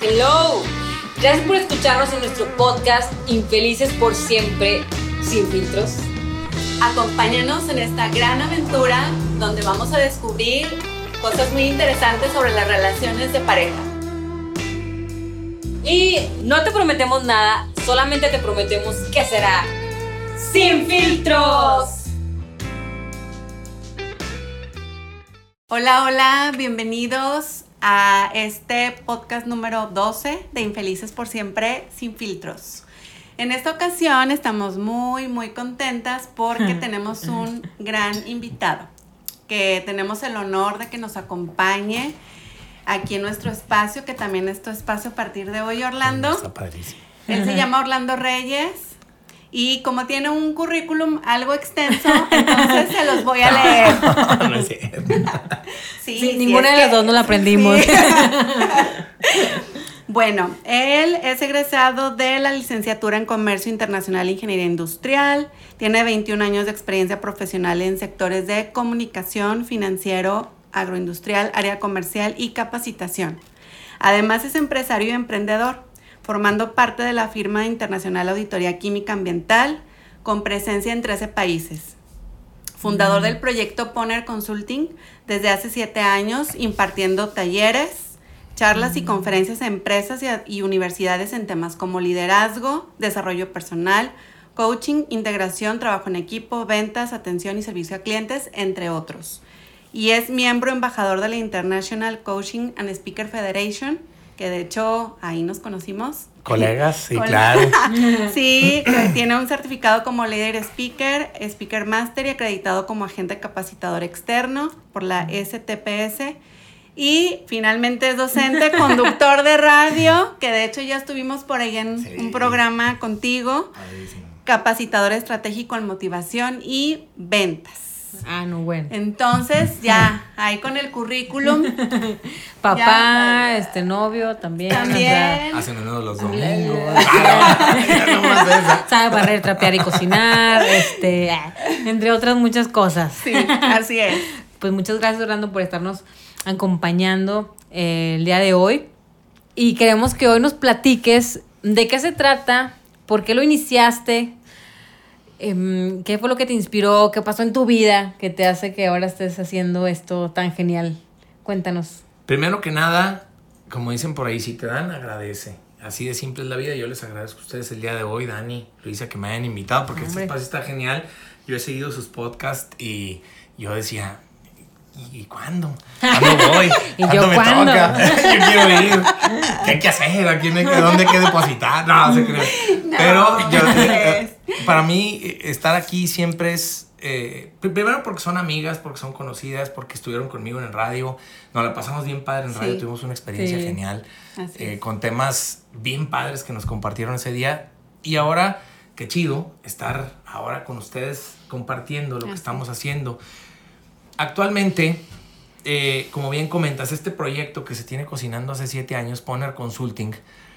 Hello, gracias por escucharnos en nuestro podcast Infelices por Siempre, sin filtros. Acompáñanos en esta gran aventura donde vamos a descubrir cosas muy interesantes sobre las relaciones de pareja. Y no te prometemos nada, solamente te prometemos que será sin filtros. Hola, hola, bienvenidos a este podcast número 12 de Infelices por Siempre, sin filtros. En esta ocasión estamos muy contentas porque tenemos un gran invitado, que tenemos el honor de que nos acompañe aquí en nuestro espacio, que también es tu espacio a partir de hoy, Orlando. Está padrísimo. Él se llama Orlando Reyes y como tiene un currículum algo extenso, entonces se los voy a leer. No es cierto. Sí, ninguna de las dos no la aprendimos. Sí. Bueno, él es egresado de la licenciatura en Comercio Internacional e Ingeniería Industrial. Tiene 21 años de experiencia profesional en sectores de comunicación, financiero, agroindustrial, área comercial y capacitación. Además es empresario y emprendedor, formando parte de la firma internacional Auditoría Química Ambiental, con presencia en 13 países. Fundador del proyecto Poner Consulting desde hace 7 años, impartiendo talleres, charlas y conferencias a empresas y universidades en temas como liderazgo, desarrollo personal, coaching, integración, trabajo en equipo, ventas, atención y servicio a clientes, entre otros. Y es miembro embajador de la International Coaching and Speaker Federation, que de hecho ahí nos conocimos. Colegas, sí, claro. Sí, tiene un certificado como Leader Speaker, Speaker Master y acreditado como agente capacitador externo por la STPS. Y finalmente es docente, conductor de radio, que de hecho ya estuvimos por ahí en un programa contigo. Padrísimo. Capacitador estratégico en motivación y ventas. Ah, no, bueno. Entonces, ya, ahí con el currículum. Papá, novio también. También. Hacen menudo los domingos. Sabe barrer, trapear y cocinar, entre otras muchas cosas. Sí, así es. Pues muchas gracias, Orlando, por estarnos acompañando el día de hoy. Y queremos que hoy nos platiques de qué se trata, por qué lo iniciaste, qué fue lo que te inspiró, qué pasó en tu vida que te hace que ahora estés haciendo esto tan genial. Cuéntanos. Primero que nada, como dicen por ahí, si te dan, agradece. Así de simple es la vida. Yo les agradezco a ustedes el día de hoy, Dani, Luisa, que me hayan invitado, porque este espacio está genial. Yo he seguido sus podcasts y yo decía, ¿y cuándo? ¿Cuándo voy? ¿Y yo me cuándo? toca? Yo quiero ir. ¿Qué hay que hacer? ¿Dónde hay que depositar? No, se cree. No, pero para mí estar aquí siempre es... primero porque son amigas, porque son conocidas, porque estuvieron conmigo en el radio. Nos la pasamos bien padre en radio. Tuvimos una experiencia genial. Con temas bien padres que nos compartieron ese día. Y ahora, qué chido estar ahora con ustedes compartiendo lo que estamos haciendo. Actualmente, como bien comentas, este proyecto que se tiene cocinando hace 7 años, Poner Consulting,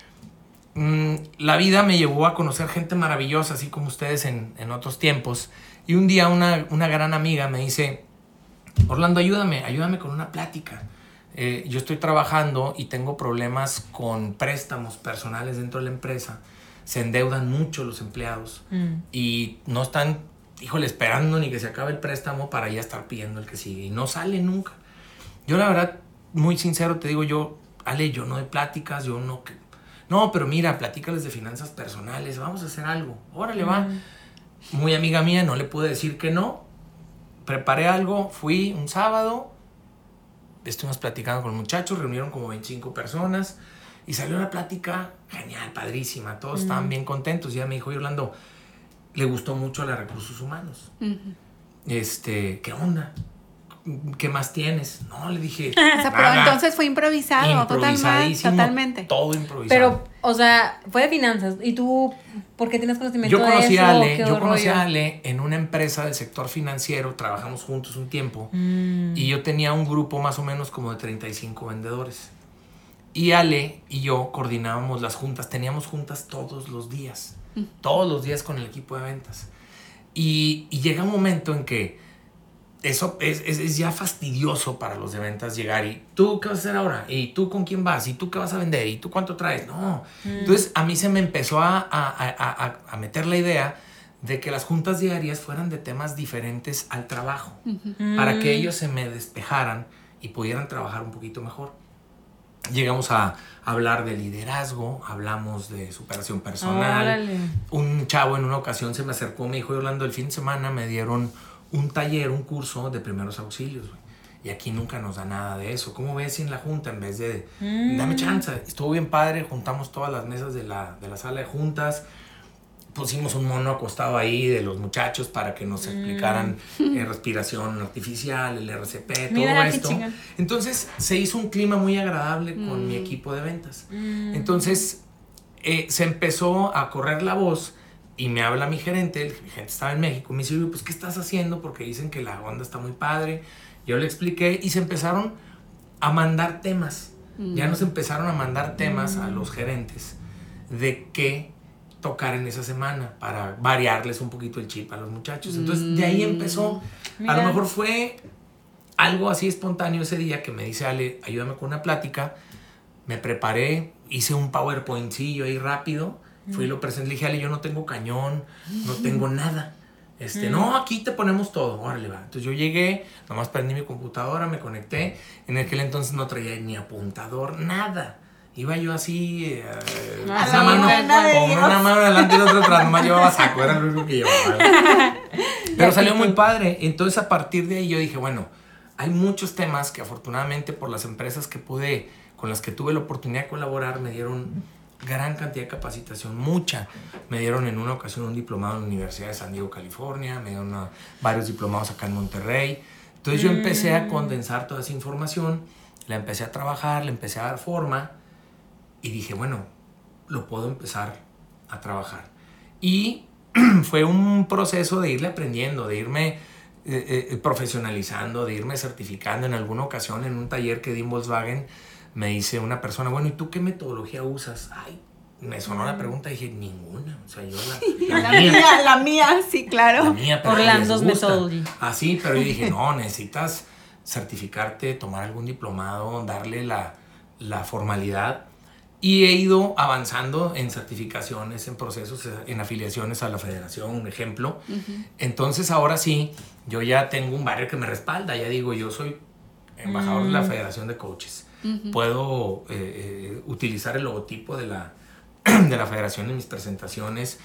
la vida me llevó a conocer gente maravillosa, así como ustedes en otros tiempos. Y un día una gran amiga me dice, Orlando, ayúdame con una plática. Yo estoy trabajando y tengo problemas con préstamos personales dentro de la empresa. Se endeudan mucho los empleados y no están... híjole, esperando ni que se acabe el préstamo para ya estar pidiendo el que sigue. Y no sale nunca. Yo la verdad, muy sincero te digo, yo no doy pláticas, yo no... No, pero mira, platícales de finanzas personales, vamos a hacer algo. Órale, va. Muy amiga mía, no le pude decir que no. Preparé algo, fui un sábado, estuvimos platicando con muchachos, reunieron como 25 personas y salió una plática genial, padrísima. Todos estaban bien contentos. Y ella me dijo, oye, Orlando, le gustó mucho a los recursos humanos. ¿Qué onda? ¿Qué más tienes? No, le dije. O sea, pero entonces fue improvisado, totalmente. Todo improvisado. Pero, o sea, fue de finanzas. ¿Y tú por qué tienes conocimiento Yo de eso? Yo conocí a Ale en una empresa del sector financiero. Trabajamos juntos un tiempo. Y yo tenía un grupo más o menos como de 35 vendedores. Y Ale y yo coordinábamos las juntas. Teníamos juntas todos los días. Todos los días con el equipo de ventas. Y llega un momento en que eso es ya fastidioso para los de ventas llegar y ¿tú qué vas a hacer ahora? ¿Y tú con quién vas? ¿Y tú qué vas a vender? ¿Y tú cuánto traes? No. Entonces a mí se me empezó a meter la idea de que las juntas diarias fueran de temas diferentes al trabajo, para que ellos se me despejaran y pudieran trabajar un poquito mejor. Llegamos a hablar de liderazgo, hablamos de superación personal. Órale. Un chavo en una ocasión se me acercó, me dijo, Orlando, el fin de semana me dieron un taller, un curso de primeros auxilios, güey. Y aquí nunca nos da nada de eso. ¿Cómo ves si en la junta, en vez de dame chance? Estuvo bien padre, juntamos todas las mesas de la sala de juntas, pusimos un mono acostado ahí de los muchachos para que nos explicaran respiración artificial, el RCP, todo esto. Entonces se hizo un clima muy agradable con mi equipo de ventas. Entonces se empezó a correr la voz y me habla mi gerente, el gerente estaba en México, me dice, pues ¿qué estás haciendo? Porque dicen que la onda está muy padre. Yo le expliqué y se empezaron a mandar temas. Ya nos empezaron a mandar temas a los gerentes de qué tocar en esa semana para variarles un poquito el chip a los muchachos. Entonces de ahí empezó. Mira. A lo mejor fue algo así espontáneo ese día que me dice Ale, ayúdame con una plática. Me preparé, hice un PowerPointcillo ahí rápido, fui y lo presenté, le dije Ale, yo no tengo cañón, no tengo nada. No, aquí te ponemos todo, órale va. Entonces yo llegué, nomás prendí mi computadora, me conecté. En aquel entonces no traía ni apuntador, nada. Iba yo así, una mano adelante y la otra atrás, nomás llevaba saco, era lo único que llevaba. Pero salió muy padre. Entonces a partir de ahí yo dije, bueno, hay muchos temas que afortunadamente por las empresas que con las que tuve la oportunidad de colaborar, me dieron gran cantidad de capacitación, mucha. Me dieron en una ocasión un diplomado en la Universidad de San Diego, California, me dieron varios diplomados acá en Monterrey. Entonces yo empecé a condensar toda esa información, la empecé a trabajar, le empecé a dar forma y dije, bueno, lo puedo empezar a trabajar. Y fue un proceso de irle aprendiendo, de irme profesionalizando, de irme certificando. En alguna ocasión, en un taller que di en Volkswagen, me dice una persona, bueno, ¿y tú qué metodología usas? Ay, me sonó la pregunta y dije, ninguna. O sea, yo la mía, sí, claro. La mía, pero Orlando's Methodology. Así, pero yo dije, no, necesitas certificarte, tomar algún diplomado, darle la formalidad. Y he ido avanzando en certificaciones, en procesos, en afiliaciones a la federación, un ejemplo. Entonces, ahora sí, yo ya tengo un barrio que me respalda. Ya digo, yo soy embajador de la Federación de Coaches. Puedo utilizar el logotipo de la federación en mis presentaciones.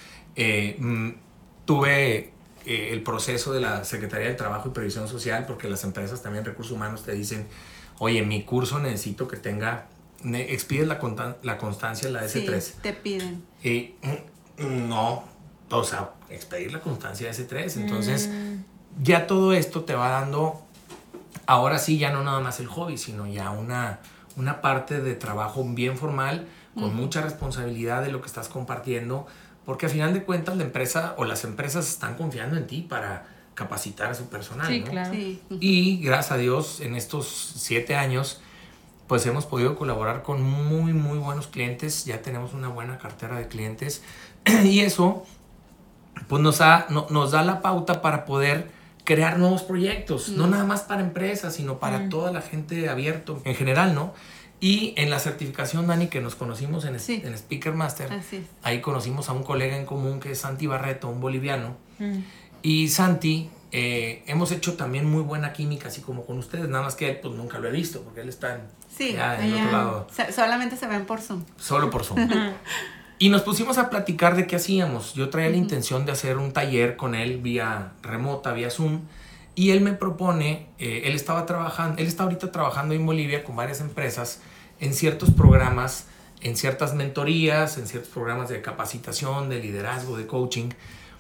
Tuve el proceso de la Secretaría del Trabajo y Previsión Social, porque las empresas también, recursos humanos, te dicen, oye, mi curso necesito que tenga... Expides la constancia, la S3. Sí, te piden. Y no, o sea, expedir la constancia S3. Entonces, ya todo esto te va dando, ahora sí, ya no nada más el hobby, sino ya una parte de trabajo bien formal, con mucha responsabilidad de lo que estás compartiendo, porque al final de cuentas la empresa o las empresas están confiando en ti para capacitar a su personal. Sí, ¿no? claro. Sí. Y gracias a Dios, en estos 7 años, pues hemos podido colaborar con muy, muy buenos clientes. Ya tenemos una buena cartera de clientes. Y eso, pues nos da la pauta para poder crear nuevos proyectos. No nada más para empresas, sino para toda la gente abierto en general, ¿no? Y en la certificación, Dani, que nos conocimos en Speaker Master, ahí conocimos a un colega en común que es Santi Barreto, un boliviano. Y Santi... hemos hecho también muy buena química, así como con ustedes, nada más que él pues nunca lo he visto, porque él está en otro lado. Solamente se ven por Zoom. Solo por Zoom. Y nos pusimos a platicar de qué hacíamos. Yo traía la intención de hacer un taller con él vía remota, vía Zoom, y él me propone, él está ahorita trabajando en Bolivia con varias empresas en ciertos programas, en ciertas mentorías, en ciertos programas de capacitación, de liderazgo, de coaching,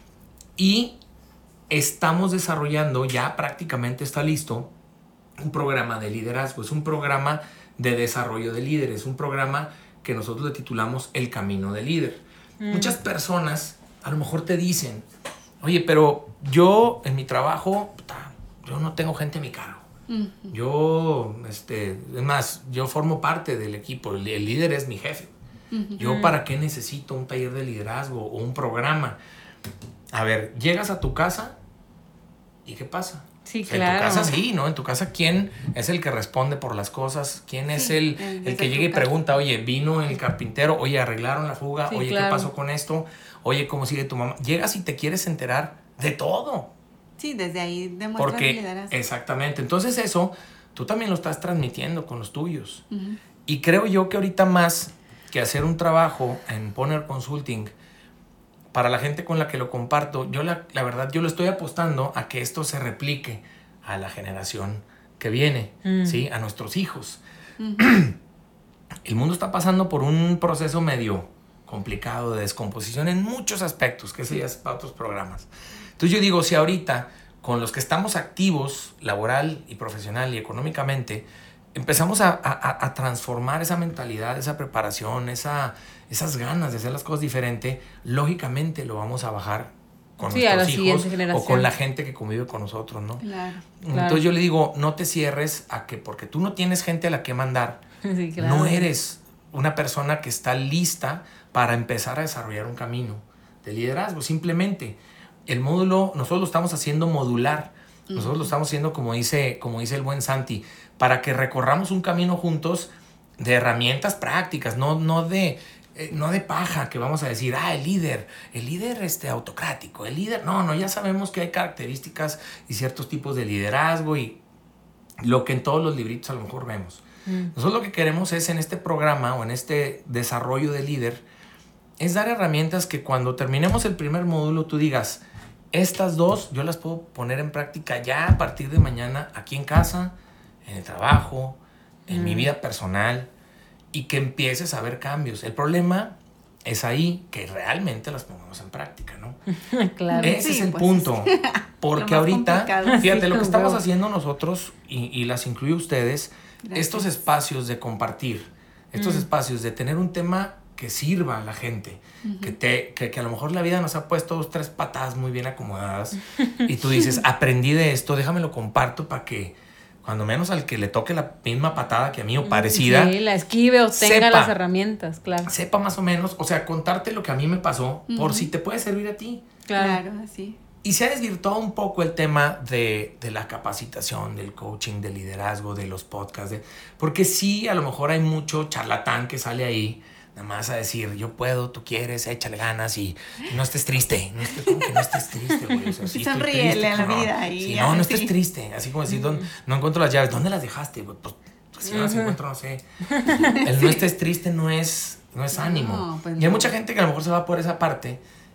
y estamos desarrollando, ya prácticamente está listo, un programa de liderazgo. Es un programa de desarrollo de líderes, un programa que nosotros le titulamos El Camino del Líder. Muchas personas a lo mejor te dicen, oye, pero yo en mi trabajo, yo no tengo gente a mi cargo. Yo, es más, yo formo parte del equipo, el líder es mi jefe. Yo, ¿para qué necesito un taller de liderazgo o un programa? A ver, llegas a tu casa, ¿y qué pasa? Sí, O sea, claro. en tu casa sí, ¿no? En tu casa, ¿quién es el que responde por las cosas? ¿Quién es el que llega y pregunta, oye, vino el carpintero, oye, arreglaron la fuga, Sí, oye, claro. ¿qué pasó con esto? Oye, ¿cómo sigue tu mamá? Llegas y te quieres enterar de todo. Sí, desde ahí demuestras Porque, liderazgo. exactamente. Entonces eso, tú también lo estás transmitiendo con los tuyos. Y creo yo que ahorita más que hacer un trabajo en Poner Consulting, para la gente con la que lo comparto, yo la verdad, yo lo estoy apostando a que esto se replique a la generación que viene, ¿sí? A nuestros hijos. El mundo está pasando por un proceso medio complicado de descomposición en muchos aspectos, que eso ya es para otros programas. Entonces yo digo, si ahorita, con los que estamos activos laboral y profesional y económicamente, empezamos a transformar esa mentalidad, esa preparación, esas ganas de hacer las cosas diferente, lógicamente lo vamos a bajar con Sí, a la nuestros hijos siguiente generación. o con la gente que convive con nosotros, ¿no? Claro. Entonces yo le digo, no te cierres a que porque tú no tienes gente a la que mandar, Sí, claro. no eres una persona que está lista para empezar a desarrollar un camino de liderazgo. Simplemente el módulo, nosotros lo estamos haciendo modular. Nosotros lo estamos haciendo como dice el buen Santi, para que recorramos un camino juntos de herramientas prácticas, no de paja, que vamos a decir, el líder autocrático, el líder, no, ya sabemos que hay características y ciertos tipos de liderazgo y lo que en todos los libritos a lo mejor vemos. Nosotros lo que queremos es en este programa o en este desarrollo de líder, es dar herramientas que cuando terminemos el primer módulo tú digas, estas dos yo las puedo poner en práctica ya a partir de mañana aquí en casa, en el trabajo, en mi vida personal, y que empieces a ver cambios. El problema es ahí que realmente las pongamos en práctica, ¿no? Claro. Ese Sí, es el pues, punto. Porque lo más ahorita, complicado. fíjate, Sí, lo que estamos huevo. haciendo nosotros, y las incluyo ustedes, Gracias. estos espacios de compartir, estos espacios de tener un tema que sirva a la gente, que a lo mejor la vida nos ha puesto 2, 3 patadas muy bien acomodadas y tú dices, aprendí de esto, déjame lo comparto para que cuando menos al que le toque la misma patada que a mí o parecida, Sí, la esquive o tenga sepa. las herramientas, claro. sepa más o menos, o sea, contarte lo que a mí me pasó por si te puede servir a ti. Claro. Claro, así. Y se ha desvirtuado un poco el tema de la capacitación, del coaching, del liderazgo, de los podcasts. Porque sí, a lo mejor hay mucho charlatán que sale ahí, nada más a decir, yo puedo, tú quieres, échale ganas y no estés triste. ¿Cómo que no estés triste, güey? O sea, sí, estoy Sonríele triste, a la cabrón. vida y Sí, ya, no sí. estés triste. Así como decir, no encuentro las llaves. ¿Dónde las dejaste, güey? Pues si no las encuentro, no sé. El no estés triste no es ánimo. pues Y hay no. mucha gente que a lo mejor se va por esa parte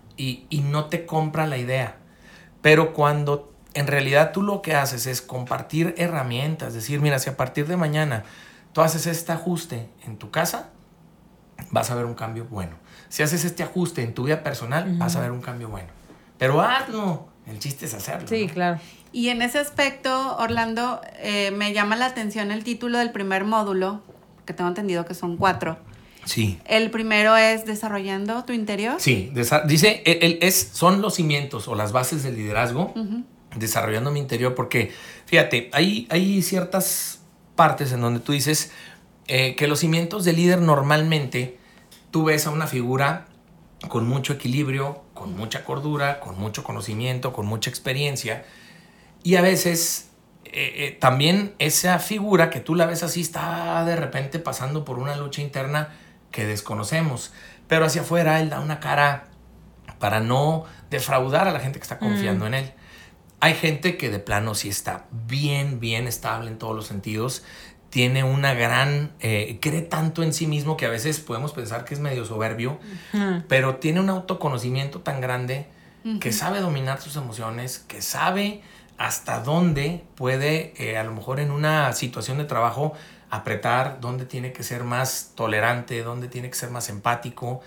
y no te compra la idea. Pero cuando en realidad tú lo que haces es compartir herramientas, decir, mira, si a partir de mañana tú haces este ajuste en tu casa, vas a ver un cambio bueno. Si haces este ajuste en tu vida personal, vas a ver un cambio bueno. Pero hazlo. El chiste es hacerlo. Sí, ¿no? claro. Y en ese aspecto, Orlando, me llama la atención el título del primer módulo, que tengo entendido que son 4. Sí. El primero es Desarrollando tu interior. Sí, dice, son los cimientos o las bases del liderazgo, desarrollando mi interior, porque fíjate, hay ciertas partes en donde tú dices que los cimientos del líder normalmente tú ves a una figura con mucho equilibrio, con mucha cordura, con mucho conocimiento, con mucha experiencia, y a veces también esa figura que tú la ves así está de repente pasando por una lucha interna que desconocemos, pero hacia afuera él da una cara para no defraudar a la gente que está confiando en él. Hay gente que de plano sí está bien estable en todos los sentidos, tiene una gran, cree tanto en sí mismo que a veces podemos pensar que es medio soberbio, pero tiene un autoconocimiento tan grande que sabe dominar sus emociones, que sabe hasta dónde puede, a lo mejor en una situación de trabajo, apretar, dónde tiene que ser más tolerante, dónde tiene que ser más empático.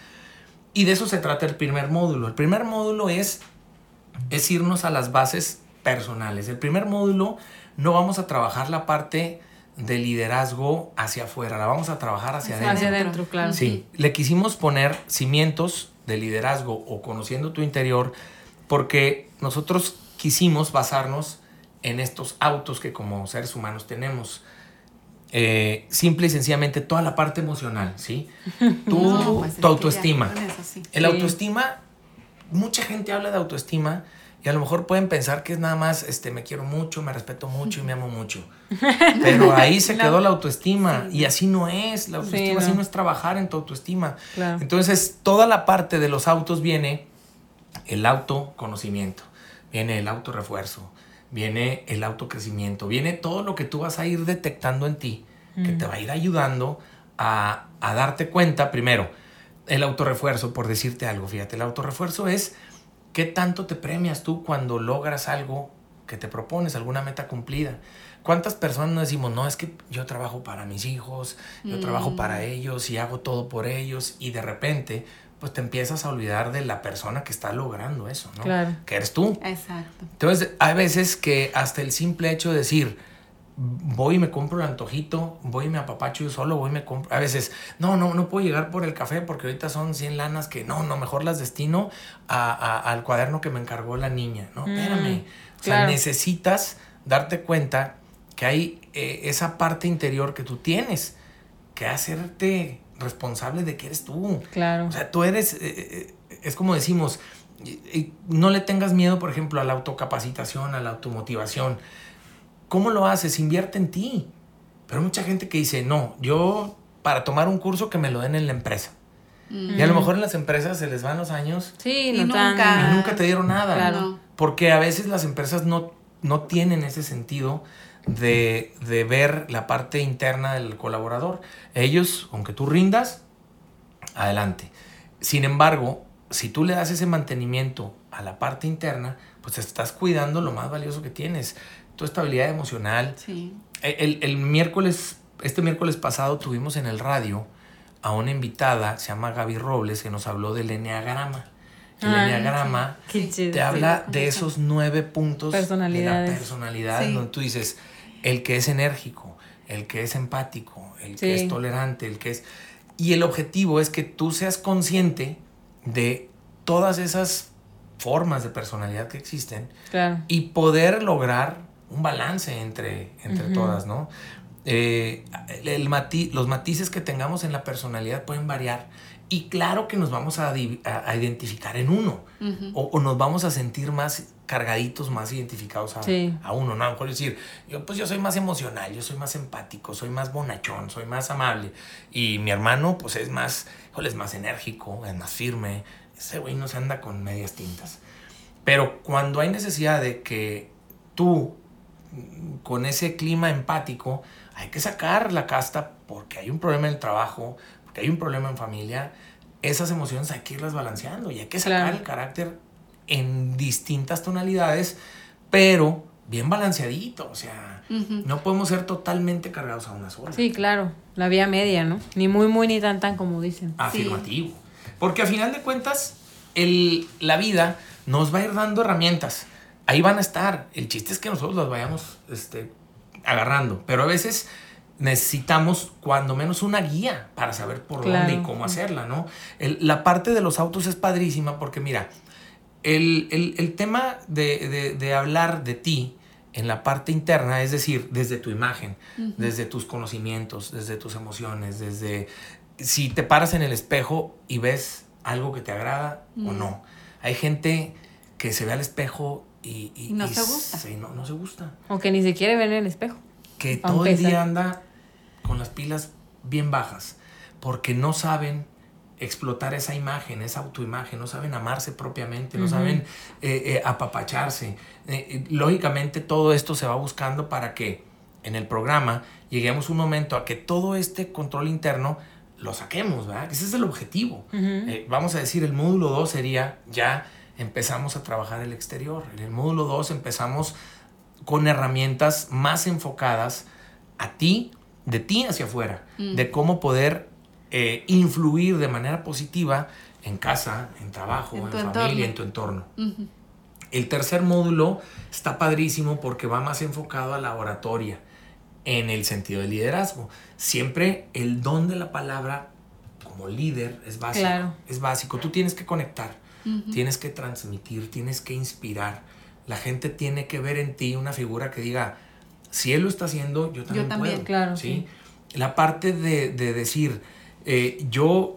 Y de eso se trata el primer módulo. El primer módulo es irnos a las bases personales. El primer módulo no vamos a trabajar la parte de liderazgo hacia afuera, la vamos a trabajar hacia adentro. Hacia adentro, claro. Sí, le quisimos poner cimientos de liderazgo o conociendo tu interior porque nosotros quisimos basarnos en estos autos que como seres humanos tenemos. Simple y sencillamente toda la parte emocional, ¿sí? No, pues es Tu que autoestima. ya, con eso sí. El Sí. autoestima, mucha gente habla de autoestima Y a lo mejor pueden pensar que es nada más, me quiero mucho, me respeto mucho y me amo mucho. Pero ahí se quedó la autoestima. Sí. Y así no es. La autoestima así no es trabajar en tu autoestima. Claro. Entonces, toda la parte de los autos viene el autoconocimiento, viene el autorrefuerzo, viene el autocrecimiento, viene todo lo que tú vas a ir detectando en ti, que te va a ir ayudando a darte cuenta. Primero, el autorrefuerzo, por decirte algo, fíjate, el autorrefuerzo es qué tanto te premias tú cuando logras algo que te propones, alguna meta cumplida. ¿Cuántas personas nos decimos, no, es que yo trabajo para mis hijos, yo trabajo para ellos y hago todo por ellos, y de repente pues te empiezas a olvidar de la persona que está logrando eso, ¿no? Claro. Que eres tú. Exacto. Entonces, hay veces que hasta el simple hecho de decir, voy y me compro el antojito, voy y me apapacho yo solo, voy y me compro. A veces, no puedo llegar por el café porque ahorita son 100 lanas que mejor las destino al cuaderno que me encargó la niña. No, espérame. O sea, necesitas darte cuenta que hay esa parte interior que tú tienes que hacerte responsable de que eres tú. Claro. O sea, tú eres, es como decimos, no le tengas miedo, por ejemplo, a la autocapacitación, a la automotivación. ¿Cómo lo haces? Invierte en ti. Pero hay mucha gente que dice, no, yo para tomar un curso que me lo den en la empresa. Y a lo mejor en las empresas se les van los años. Sí, y nunca te dieron nada. Claro. Porque a veces las empresas no tienen ese sentido de ver la parte interna del colaborador. Ellos, aunque tú rindas, adelante. Sin embargo, si tú le das ese mantenimiento a la parte interna, pues estás cuidando lo más valioso que tienes, tu estabilidad emocional. Sí. Este miércoles pasado tuvimos en el radio a una invitada, se llama Gaby Robles, que nos habló del enneagrama. El enneagrama te habla de esos 9 puntos de la personalidad, donde tú dices, el que es enérgico, el que es empático, el que es tolerante, el que es... Y el objetivo es que tú seas consciente de todas esas formas de personalidad que existen, y poder lograr un balance entre todas, ¿no? Los matices que tengamos en la personalidad pueden variar, y claro que nos vamos a identificar en uno, o nos vamos a sentir más cargaditos, más identificados a uno, ¿no? A lo mejor decir, yo soy más emocional, yo soy más empático, soy más bonachón, soy más amable, y mi hermano pues es más enérgico, es más firme, ese güey no se anda con medias tintas. Pero cuando hay necesidad de que tú, con ese clima empático, hay que sacar la casta porque hay un problema en el trabajo, porque hay un problema en familia, esas emociones hay que irlas balanceando y hay que sacar el carácter en distintas tonalidades, pero bien balanceadito. O sea, no podemos ser totalmente cargados a una sola. Sí, claro, la vía media, ¿no? Ni muy, ni tan, como dicen. Afirmativo. Porque a final de cuentas, la vida nos va a ir dando herramientas. Ahí van a estar. El chiste es que nosotros las vayamos agarrando. Pero a veces necesitamos cuando menos una guía para saber por dónde y cómo hacerla, ¿no? La parte de los autos es padrísima porque, mira, el tema de hablar de ti en la parte interna, es decir, desde tu imagen, desde tus conocimientos, desde tus emociones, desde si te paras en el espejo y ves algo que te agrada o no. Hay gente que se ve al espejo y no se gusta. Sí, no se gusta. O que ni se quiere ver en el espejo. Que todo el día anda con las pilas bien bajas porque no saben explotar esa imagen, esa autoimagen, no saben amarse propiamente, no saben apapacharse. Lógicamente todo esto se va buscando para que en el programa lleguemos un momento a que todo este control interno lo saquemos, ¿verdad? Ese es el objetivo. Vamos a decir, el módulo 2 sería ya empezamos a trabajar el exterior. En el módulo 2 empezamos con herramientas más enfocadas a ti, de ti hacia afuera, de cómo poder influir de manera positiva en casa, en trabajo, en familia, en tu entorno. El tercer módulo está padrísimo porque va más enfocado a la oratoria en el sentido del liderazgo. Siempre el don de la palabra como líder es básico. Claro. Es básico. Tú tienes que conectar, tienes que transmitir, tienes que inspirar. La gente tiene que ver en ti una figura que diga, si él lo está haciendo, yo también puedo. Claro, ¿sí? La parte de decir, yo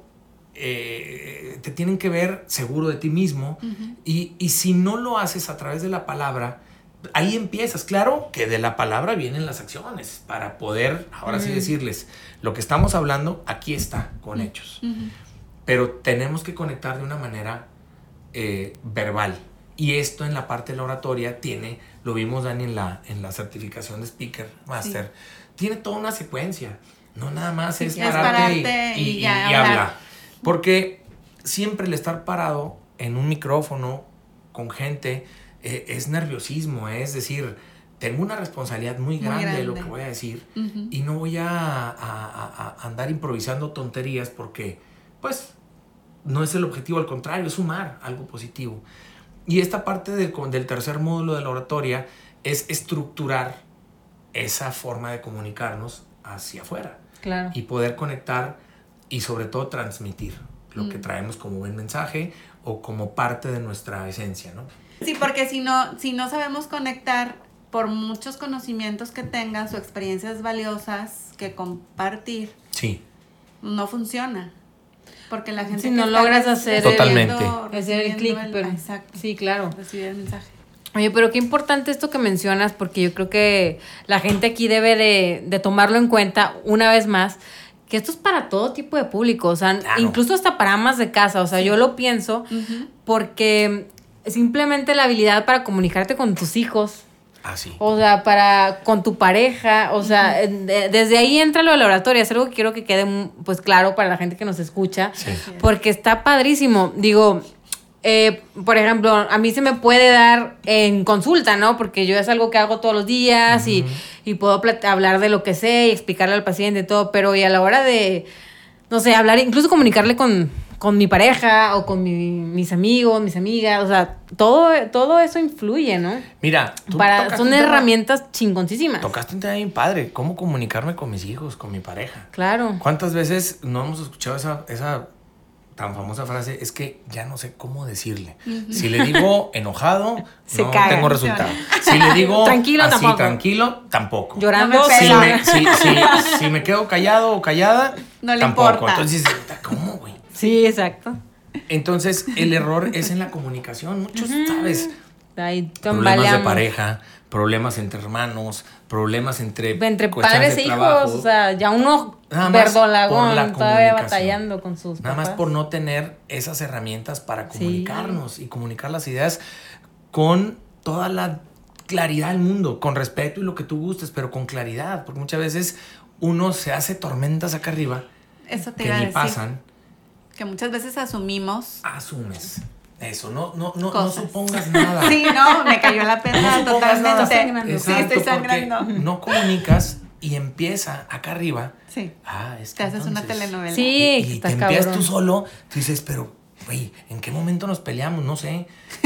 te tienen que ver seguro de ti mismo. Y si no lo haces a través de la palabra, ahí empiezas. Claro que de la palabra vienen las acciones para poder, ahora sí decirles, lo que estamos hablando, aquí está, con hechos. Pero tenemos que conectar de una manera verbal. Y esto en la parte de la oratoria lo vimos, Dani, en la certificación de Speaker Master, tiene toda una secuencia. No nada más es pararte y hablar. Porque siempre el estar parado en un micrófono con gente es nerviosismo, es decir, tengo una responsabilidad muy grande de lo que voy a decir y no voy a andar improvisando tonterías porque, pues, no es el objetivo, al contrario, es sumar algo positivo. Y esta parte del tercer módulo de la oratoria es estructurar esa forma de comunicarnos hacia afuera. Claro. Y poder conectar y sobre todo transmitir lo que traemos como buen mensaje o como parte de nuestra esencia, ¿no? Sí, porque si no sabemos conectar, por muchos conocimientos que tengas o experiencias valiosas que compartir, Sí. no funciona. Porque la gente Si no logras hacer el clic, pero exacto. sí, claro. Recibir el mensaje. Oye, pero qué importante esto que mencionas, porque yo creo que la gente aquí debe de tomarlo en cuenta una vez más, que esto es para todo tipo de público, o sea, claro, incluso hasta para amas de casa, o sea, yo lo pienso porque simplemente la habilidad para comunicarte con tus hijos, Así. o sea, con tu pareja, o sea, desde ahí entra lo de la oratoria, es algo que quiero que quede pues claro para la gente que nos escucha, Sí. porque está padrísimo. Digo, por ejemplo, a mí se me puede dar en consulta, ¿no? Porque yo es algo que hago todos los días y puedo hablar de lo que sé y explicarle al paciente y todo, pero y a la hora de, no sé, hablar, incluso comunicarle con mi pareja o con mis amigos, mis amigas, o sea, todo eso influye, ¿no? Mira, Son herramientas chingoncísimas. Tocaste un tema bien padre, cómo comunicarme con mis hijos, con mi pareja. Claro. ¿Cuántas veces no hemos escuchado esa tan famosa frase? Es que ya no sé cómo decirle. Si le digo enojado, Se no caga. tengo resultado. Si le digo Tranquilo, así, tampoco. tranquilo, tampoco. Llorando, No me Si pela. si me quedo callado o callada, No le tampoco. importa. Entonces, ¿cómo, güey? Sí, exacto. Entonces, el error es en la comunicación. Muchos, ¿sabes? Ahí Problemas de tambaleamos. pareja, problemas entre hermanos, problemas entre cuestiones padres de e hijos, trabajo. o sea, ya uno Nada más por verdolagón, la todavía comunicación. batallando con sus Nada papás. más por no tener esas herramientas para Sí. comunicarnos y comunicar las ideas con toda la claridad del mundo, con respeto y lo que tú gustes, pero con claridad, porque muchas veces uno se hace tormentas acá arriba Eso te que iba a ni decir. pasan, Que muchas veces asumimos. asumes. Eso, no Cosas. supongas nada. Sí, no, me cayó la pedra No supongas nada. totalmente. Sí, Exacto, estoy sangrando. porque no comunicas y empieza acá arriba. Sí. Es que Te haces una entonces- telenovela. Sí, Y está te empiezas cabrón. tú solo, tú dices, pero, güey, ¿en qué momento nos peleamos? No sé.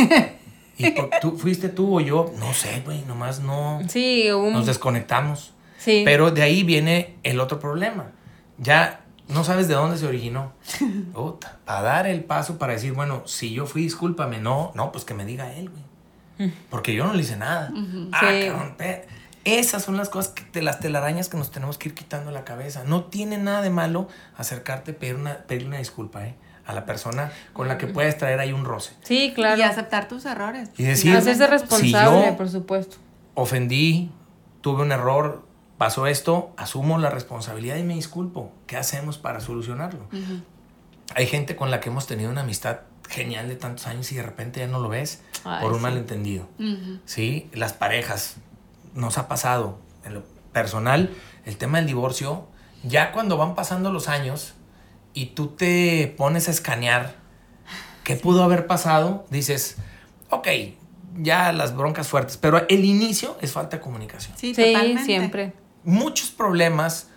Y fuiste tú o yo, no sé, güey, nomás no. Sí, Nos desconectamos. sí. Pero de ahí viene el otro problema. Ya no sabes de dónde se originó. Para dar el paso para decir, bueno, si yo fui, discúlpame. No, pues que me diga él, güey. Porque yo no le hice nada. Sí. Cabrón, esas son las cosas, las telarañas que nos tenemos que ir quitando la cabeza. No tiene nada de malo acercarte, pedir una disculpa, a la persona con la que puedes traer ahí un roce. Sí, claro. Y aceptar tus errores. Y decir, Hacerse responsable, si yo por supuesto. ofendí, tuve un error, pasó esto, asumo la responsabilidad y me disculpo. ¿Qué hacemos para solucionarlo? Hay gente con la que hemos tenido una amistad genial de tantos años y de repente ya no lo ves por un sí. malentendido. ¿Sí? Las parejas, nos ha pasado. En lo personal, el tema del divorcio, ya cuando van pasando los años y tú te pones a escanear qué pudo haber pasado, dices, ok, ya las broncas fuertes, pero el inicio es falta de comunicación. Sí, Sí, totalmente. siempre. Muchos problemas,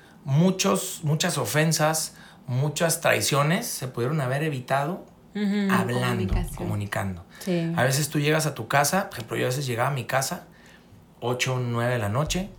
muchas ofensas, muchas traiciones se pudieron haber evitado hablando, comunicando. Sí. A veces tú llegas a tu casa, por ejemplo, yo a veces llegaba a mi casa 8, 9 de la noche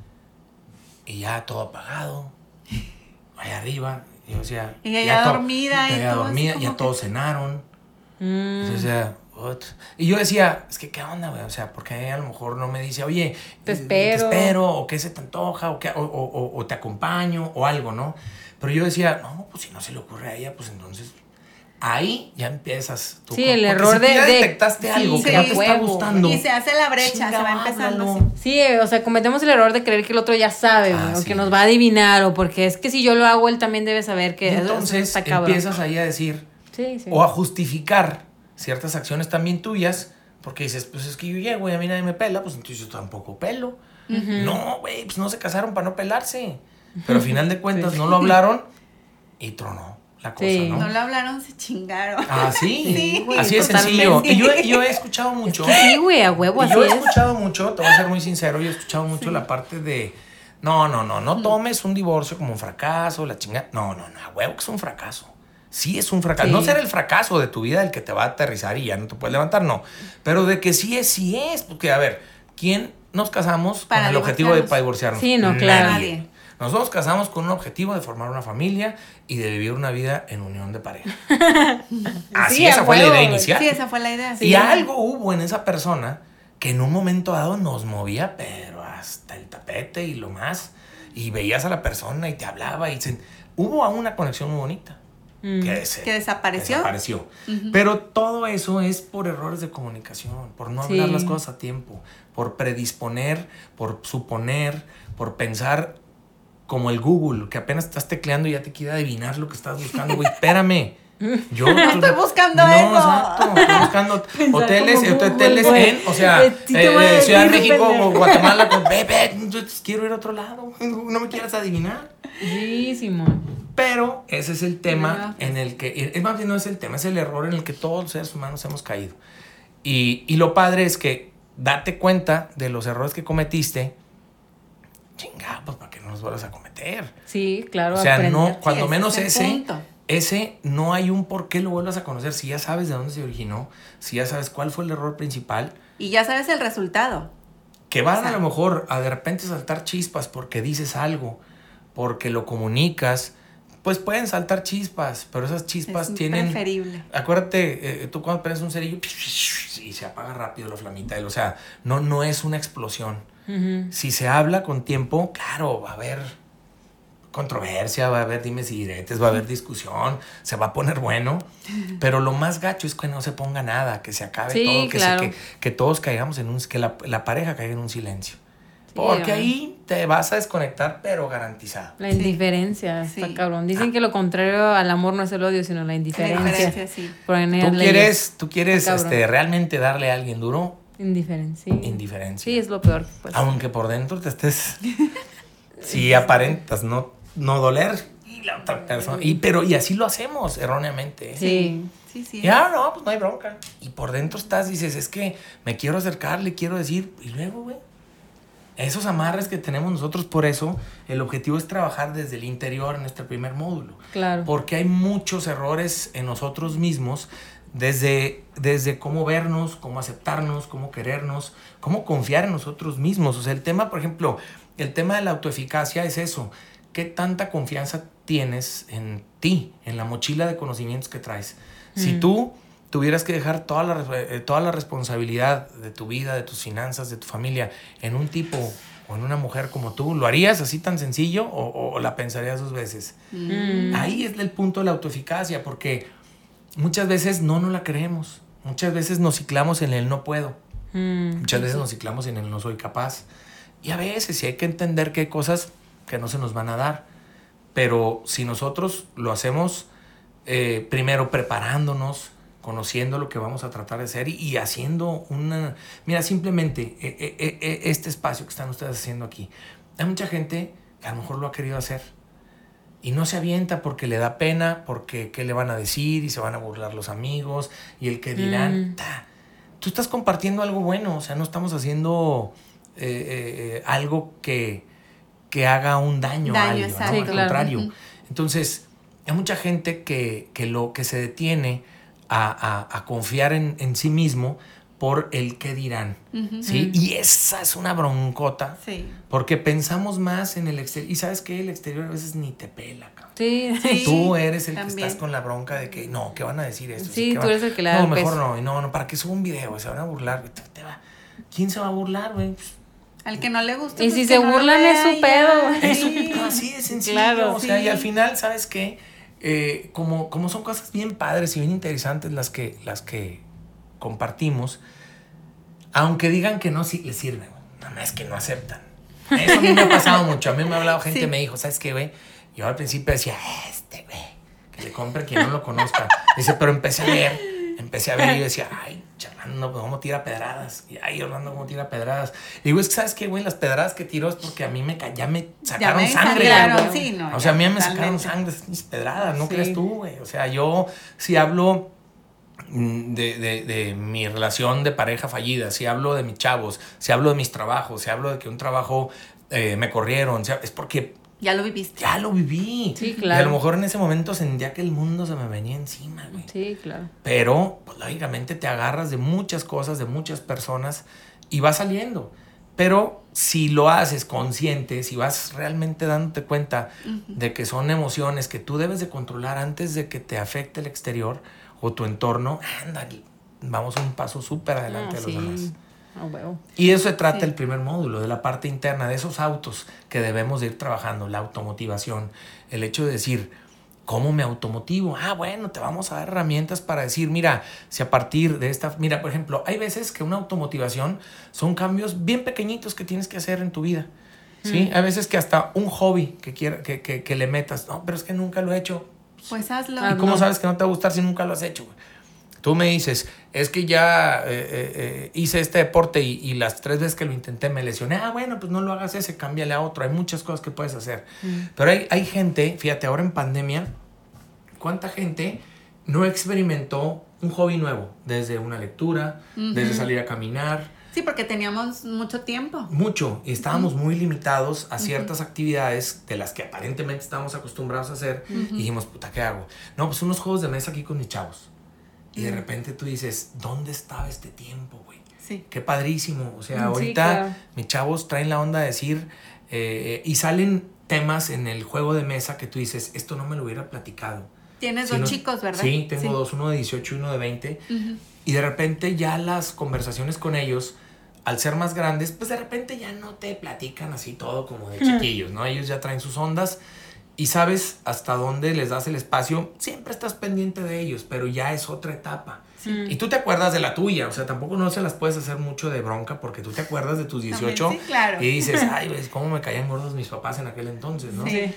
y ya todo apagado, allá arriba. Y yo decía, Y ella dormida, y ella tú así dormida, como ya que- todos cenaron. Entonces, what? Y yo decía, es que qué onda, güey, o sea, porque a lo mejor no me dice, oye, Te espero. o qué se te antoja, o te acompaño, o algo, ¿no? Pero yo decía, no, pues si no se le ocurre a ella, pues entonces ahí ya empiezas. Sí, el error si de... ya detectaste algo que no te está gustando. Y se hace la brecha, se va empezando. Sí, o sea, cometemos el error de creer que el otro ya sabe, o que nos va a adivinar, o porque es que si yo lo hago, él también debe saber que entonces está cabrón. Empiezas ahí a decir, o a justificar ciertas acciones también tuyas, porque dices, pues es que yo llego y a mí nadie me pela, pues entonces yo tampoco pelo. No, güey, pues no se casaron para no pelarse. Pero al final de cuentas no lo hablaron y tronó la cosa, ¿no? No lo hablaron, se chingaron. Sí, así es sencillo. Y yo he escuchado mucho. Sí, güey, a huevo, así yo he es. escuchado mucho, te voy a ser muy sincero, yo he escuchado mucho la parte de, no tomes un divorcio como un fracaso, la chingada. No, a huevo que es un fracaso. Sí es un fracaso. No será el fracaso de tu vida el que te va a aterrizar y ya no te puedes levantar, no. Pero de que sí es. Porque, a ver, ¿quién nos casamos con el objetivo de divorciarnos? Sí, no, claro. Nadie. Nosotros nos casamos con un objetivo de formar una familia y de vivir una vida en unión de pareja. Así, esa fue la idea inicial. Sí, esa fue la idea. Y algo hubo en esa persona que en un momento dado nos movía, pero hasta el tapete y lo más. Y veías a la persona y te hablaba y hubo una conexión muy bonita. Que desapareció. Pero todo eso es por errores de comunicación, por no hablar las cosas a tiempo, por predisponer, por suponer, por pensar como el Google, que apenas estás tecleando y ya te quiere adivinar lo que estás buscando. Güey, espérame. Yo estoy buscando eso. Exacto. Estoy buscando hoteles en, o sea, Ciudad de México o Guatemala. Yo quiero ir a otro lado. No me quieras adivinar. Buenísimo. Pero ese es el tema en el que, es más bien no es el tema, es el error en el que todos los seres humanos hemos caído. Y lo padre es que date cuenta de los errores que cometiste. Chinga, pues para que no los vuelvas a cometer. Sí, claro. O sea, aprender. No, cuando menos punto. Ese no hay un por qué lo vuelvas a conocer. Si ya sabes de dónde se originó, si ya sabes cuál fue el error principal. Y ya sabes el resultado. Que van a lo mejor a de repente saltar chispas porque dices algo, porque lo comunicas. Pues pueden saltar chispas, pero esas chispas tienen... Es preferible. Acuérdate, tú cuando prendes un cerillo y se apaga rápido la flamita. O sea, no es una explosión. Si se habla con tiempo, claro, va a haber controversia, va a haber dimes y diretes, va a haber discusión, se va a poner bueno. Pero lo más gacho es que no se ponga nada, que se acabe todo, que todos caigamos en que la pareja caiga en un silencio. Porque ahí te vas a desconectar, pero garantizado. La indiferencia, está cabrón. Dicen que lo contrario al amor no es el odio, sino la indiferencia. ¿Tú quieres realmente darle a alguien duro? Indiferencia. Indiferencia. Sí, es lo peor. Pues. Aunque por dentro te estés... si aparentas no doler y la otra persona... Y así lo hacemos erróneamente. Sí. Ya, no, pues no hay bronca. Y por dentro dices, es que me quiero acercar, le quiero decir... Y luego, güey... Esos amarres que tenemos nosotros, por eso el objetivo es trabajar desde el interior en este primer módulo. Claro. Porque hay muchos errores en nosotros mismos, desde cómo vernos, cómo aceptarnos, cómo querernos, cómo confiar en nosotros mismos. O sea, el tema, por ejemplo, el tema de la autoeficacia es eso. ¿Qué tanta confianza tienes en ti, en la mochila de conocimientos que traes? Si tú tuvieras que dejar toda la responsabilidad de tu vida, de tus finanzas, de tu familia, en un tipo o en una mujer como tú, ¿lo harías así tan sencillo o la pensarías 2 veces? Ahí es el punto de la autoeficacia, porque muchas veces no la creemos. Muchas veces nos ciclamos en el no puedo. Muchas veces nos ciclamos en el no soy capaz. Y a veces sí hay que entender que hay cosas que no se nos van a dar. Pero si nosotros lo hacemos primero preparándonos, conociendo lo que vamos a tratar de hacer y haciendo Mira, simplemente este espacio que están ustedes haciendo aquí. Hay mucha gente que a lo mejor lo ha querido hacer y no se avienta porque le da pena, porque qué le van a decir y se van a burlar los amigos y el que dirán. Tú estás compartiendo algo bueno, o sea, no estamos haciendo algo que haga un daño a alguien, ¿no? Al contrario. Entonces, hay mucha gente que se detiene a confiar en sí mismo por el qué dirán, ¿sí? Y esa es una broncota, porque pensamos más en el exterior, y ¿sabes qué? El exterior a veces ni te pela, cabrón. Sí. Tú eres el que estás con la bronca de que, no, ¿qué van a decir esto? Sí, tú eres el que le da no, mejor no, ¿para qué subo un video? Se van a burlar, ¿quién se va a burlar, güey? Al que no le gusta. Y si se burlan es su pedo, güey. Eso, así de sencillo. Claro, o sea, y al final, ¿sabes qué? como son cosas bien padres y bien interesantes las que compartimos, aunque digan que no, sí les sirve, nada más que no aceptan. Eso a mí me ha pasado mucho. A mí me ha hablado gente, me dijo, ¿sabes qué, güey? Yo al principio decía, güey, que le compre quien no lo conozca. Dice, pero empecé a ver y yo decía, ay, charlando, ¿cómo tira pedradas? Y ay, Orlando, ¿cómo tira pedradas? Y digo, es que, ¿sabes qué, güey? Las pedradas que tiro es porque a mí ya me sacaron sangre. Sí, no, o sea, a mí me sacaron sangre mis pedradas, ¿no crees tú, güey? O sea, yo sí hablo de mi relación de pareja fallida, si hablo de mis chavos, si hablo de mis trabajos, si hablo de que un trabajo me corrieron, es porque ya lo viviste. Ya lo viví. Sí, claro. Y a lo mejor en ese momento sentía que el mundo se me venía encima, güey. Sí, claro. Pero, pues, lógicamente te agarras de muchas cosas, de muchas personas y vas saliendo. Pero si lo haces consciente, si vas realmente dándote cuenta de que son emociones que tú debes de controlar antes de que te afecte el exterior o tu entorno, anda, vamos un paso súper adelante de los demás. Y eso se trata el primer módulo, de la parte interna, de esos autos que debemos de ir trabajando, la automotivación, el hecho de decir, ¿cómo me automotivo? Bueno, te vamos a dar herramientas para decir, mira, si a partir de esta, mira, por ejemplo, hay veces que una automotivación son cambios bien pequeñitos que tienes que hacer en tu vida, ¿sí? Hay veces que hasta un hobby que le metas, no, pero es que nunca lo he hecho. Pues hazlo. ¿Y cómo sabes que no te va a gustar si nunca lo has hecho, güey? Tú me dices, es que ya hice este deporte y las 3 veces que lo intenté me lesioné. Bueno, pues no lo hagas ese, cámbiale a otro. Hay muchas cosas que puedes hacer. Pero hay gente, fíjate, ahora en pandemia, ¿cuánta gente no experimentó un hobby nuevo? Desde una lectura, desde salir a caminar. Sí, porque teníamos mucho tiempo. Mucho. Y estábamos muy limitados a ciertas actividades de las que aparentemente estábamos acostumbrados a hacer. Y dijimos, puta, ¿qué hago? No, pues unos juegos de mesa aquí con mis chavos. Y de repente tú dices, ¿dónde estaba este tiempo, güey? Sí. Qué padrísimo. O sea, ahorita mis chavos traen la onda de decir, y salen temas en el juego de mesa que tú dices, esto no me lo hubiera platicado. Tienes dos chicos, ¿verdad? Sí, tengo dos, uno de 18 y uno de 20. Y de repente ya las conversaciones con ellos, al ser más grandes, pues de repente ya no te platican así todo como de chiquillos, ¿no? Ellos ya traen sus ondas. Y sabes hasta dónde les das el espacio, siempre estás pendiente de ellos, pero ya es otra etapa. Sí. Y tú te acuerdas de la tuya, o sea, tampoco no se las puedes hacer mucho de bronca porque tú te acuerdas de tus 18 claro. Y dices, ay, ¿ves cómo me caían gordos mis papás en aquel entonces, no? Sí.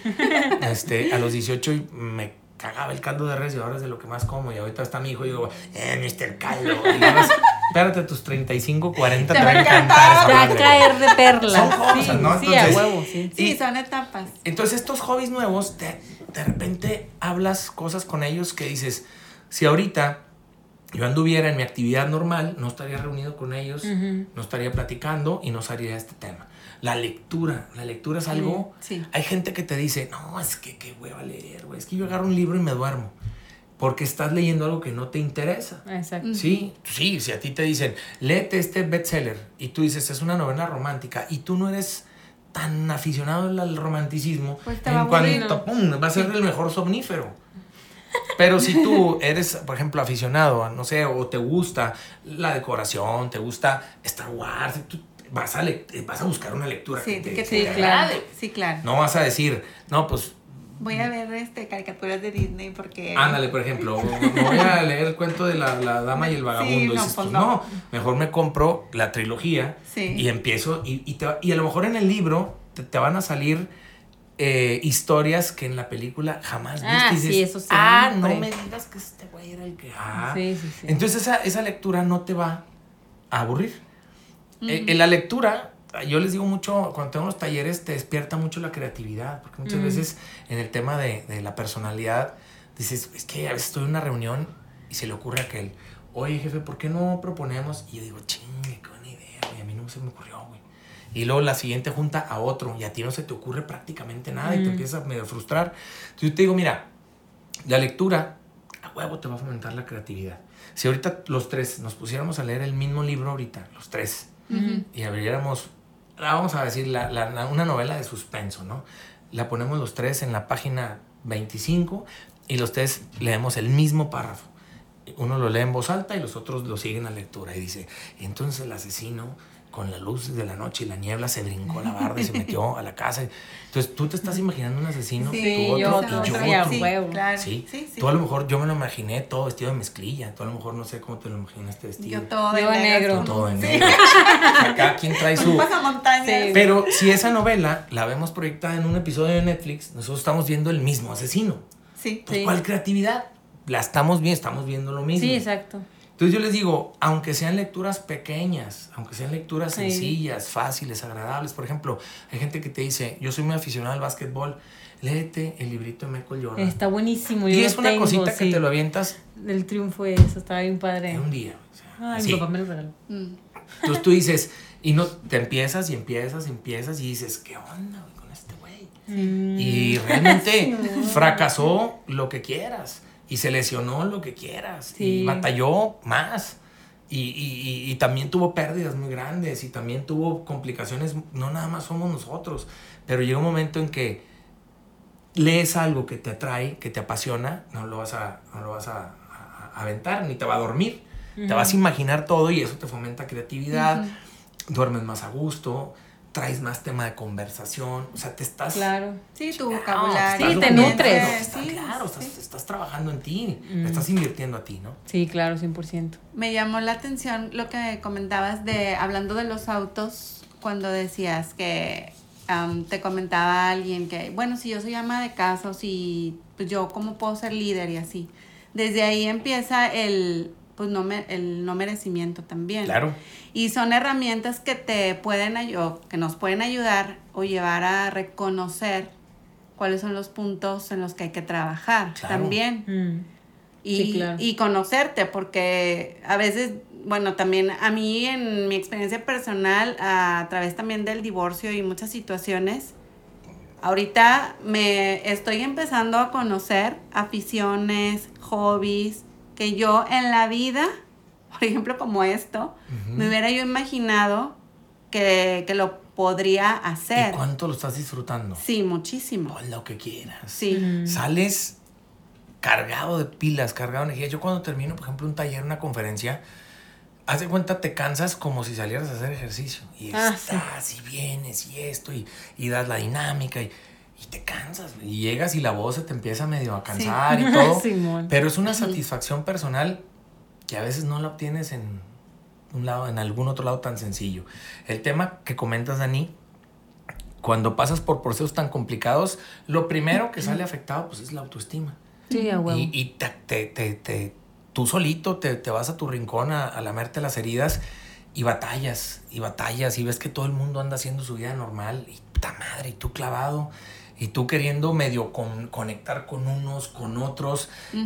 A los 18 me cagaba el caldo de res y ahora es de lo que más como. Y ahorita está mi hijo y digo, Mr. Caldo. Y luego, espérate, a tus 35, 40 te va a encantar. Te va a caer de perlas. Son cosas, ¿no? Sí, entonces, a huevo, sí. Sí, son etapas. Entonces, estos hobbies nuevos, de repente hablas cosas con ellos que dices, si ahorita yo anduviera en mi actividad normal, no estaría reunido con ellos, no estaría platicando y no salía este tema. La lectura es algo... Sí. Hay gente que te dice, no, es que qué hueva leer, güey. Es que yo agarro un libro y me duermo. Porque estás leyendo algo que no te interesa. Exacto. Sí, si a ti te dicen, léete este bestseller, y tú dices, es una novela romántica, y tú no eres tan aficionado al romanticismo, pues en cuanto, ¡pum!, va a ser el mejor somnífero. Pero si tú eres, por ejemplo, aficionado, no sé, o te gusta la decoración, te gusta Star Wars, tú vas a buscar una lectura que te claro. agrade. Sí, claro. No vas a decir, no, pues... Voy a ver caricaturas de Disney porque... Ándale, por ejemplo, me voy a leer el cuento de la dama y el vagabundo. Sí, y dices, pues no, mejor me compro la trilogía y empiezo, y a lo mejor en el libro te van a salir historias que en la película jamás viste. Y dices, sí, eso siempre. No me digas que este güey era el que... Sí. Entonces esa lectura no te va a aburrir. En la lectura... Yo les digo mucho, cuando tengo los talleres te despierta mucho la creatividad, porque muchas veces en el tema de la personalidad dices, es que a veces estoy en una reunión y se le ocurre a aquel, oye jefe, ¿por qué no proponemos? Y yo digo, chingue, qué buena idea, güey, a mí no se me ocurrió, güey. Y luego la siguiente junta a otro y a ti no se te ocurre prácticamente nada y te empiezas a medio frustrar. Entonces yo te digo, mira, la lectura a huevo te va a fomentar la creatividad. Si ahorita los tres nos pusiéramos a leer el mismo libro ahorita, los tres, y abriéramos... Vamos a decir, una novela de suspenso, ¿no? La ponemos los tres en la página 25 y los tres leemos el mismo párrafo. Uno lo lee en voz alta y los otros lo siguen a lectura. Y dice, entonces el asesino con las luces de la noche y la niebla se brincó la barda y se metió a la casa. Entonces tú te estás imaginando un asesino, Sí, tú yo otro, y yo otro. otro. Sí, huevo. claro. Sí. Sí, sí. Tú a lo mejor, yo me lo imaginé todo vestido de mezclilla. Tú a lo mejor no sé cómo te lo imaginaste vestido. Yo todo de Yo negro. Tú todo de negro. O sea, cada quien trae su... pasamontañas. Sí. Pero si esa novela la vemos proyectada en un episodio de Netflix, nosotros estamos viendo el mismo asesino. Sí. Pues, Sí. ¿cuál creatividad? La estamos viendo lo mismo. Sí, exacto. Entonces yo les digo, aunque sean lecturas pequeñas, aunque sean lecturas Sí. sencillas, fáciles, agradables. Por ejemplo, hay gente que te dice, yo soy muy aficionado al básquetbol, léete el librito de Michael Jordan. Está buenísimo. Yo Y lo es una tengo, cosita sí. que te lo avientas El triunfo de eso, estaba bien padre. en un día. O sea, Ay, así. mi papá me lo regaló. Entonces tú dices, y no, te empiezas y dices, ¿qué onda güey, con este güey? Y realmente fracasó lo que quieras. Y se lesionó lo que quieras. Sí. Y batalló más. Y también tuvo pérdidas muy grandes. Y también tuvo complicaciones. No nada más somos nosotros. Pero llega un momento en que lees algo que te atrae, que te apasiona. No lo vas a aventar, ni te va a dormir. Te vas a imaginar todo y eso te fomenta creatividad. Duermes más a gusto. Traes más tema de conversación. O sea, te estás... Claro. Sí, tu Claro, vocabulario. Sí, te documentando, nutres. Está Sí, claro, sí. estás trabajando en ti. Estás invirtiendo a ti, ¿no? Sí, claro, 100%. Me llamó la atención lo que comentabas hablando de los autos, cuando decías que te comentaba alguien que, bueno, si yo soy ama de casa o si pues yo cómo puedo ser líder y así. Desde ahí empieza el no merecimiento también. Claro. Y son herramientas que te pueden que nos pueden ayudar o llevar a reconocer cuáles son los puntos en los que hay que trabajar Claro. también. Y, Sí, claro. y conocerte, porque a veces, bueno, también a mí en mi experiencia personal, a través también del divorcio y muchas situaciones, ahorita me estoy empezando a conocer aficiones, hobbies, que yo en la vida, por ejemplo como esto, me hubiera yo imaginado que lo podría hacer. ¿Y cuánto lo estás disfrutando? Sí, muchísimo. Pon lo que quieras. Sí. Sales cargado de pilas, cargado de energía. Yo cuando termino, por ejemplo, un taller, una conferencia, haz de cuenta, te cansas como si salieras a hacer ejercicio. Y estás, y vienes, y esto, y das la dinámica, y te cansas. Y llegas y la voz se te empieza medio a cansar y todo. Simón. Pero es una satisfacción personal que a veces no la obtienes en un lado, en algún otro lado tan sencillo. El tema que comentas, Dani, cuando pasas por procesos tan complicados, lo primero que sale afectado pues es la autoestima. Sí, a huevo. Y tú solito te vas a tu rincón a lamerte las heridas y batallas, y ves que todo el mundo anda haciendo su vida normal y puta madre, y tú clavado, y tú queriendo medio conectar con unos, con otros,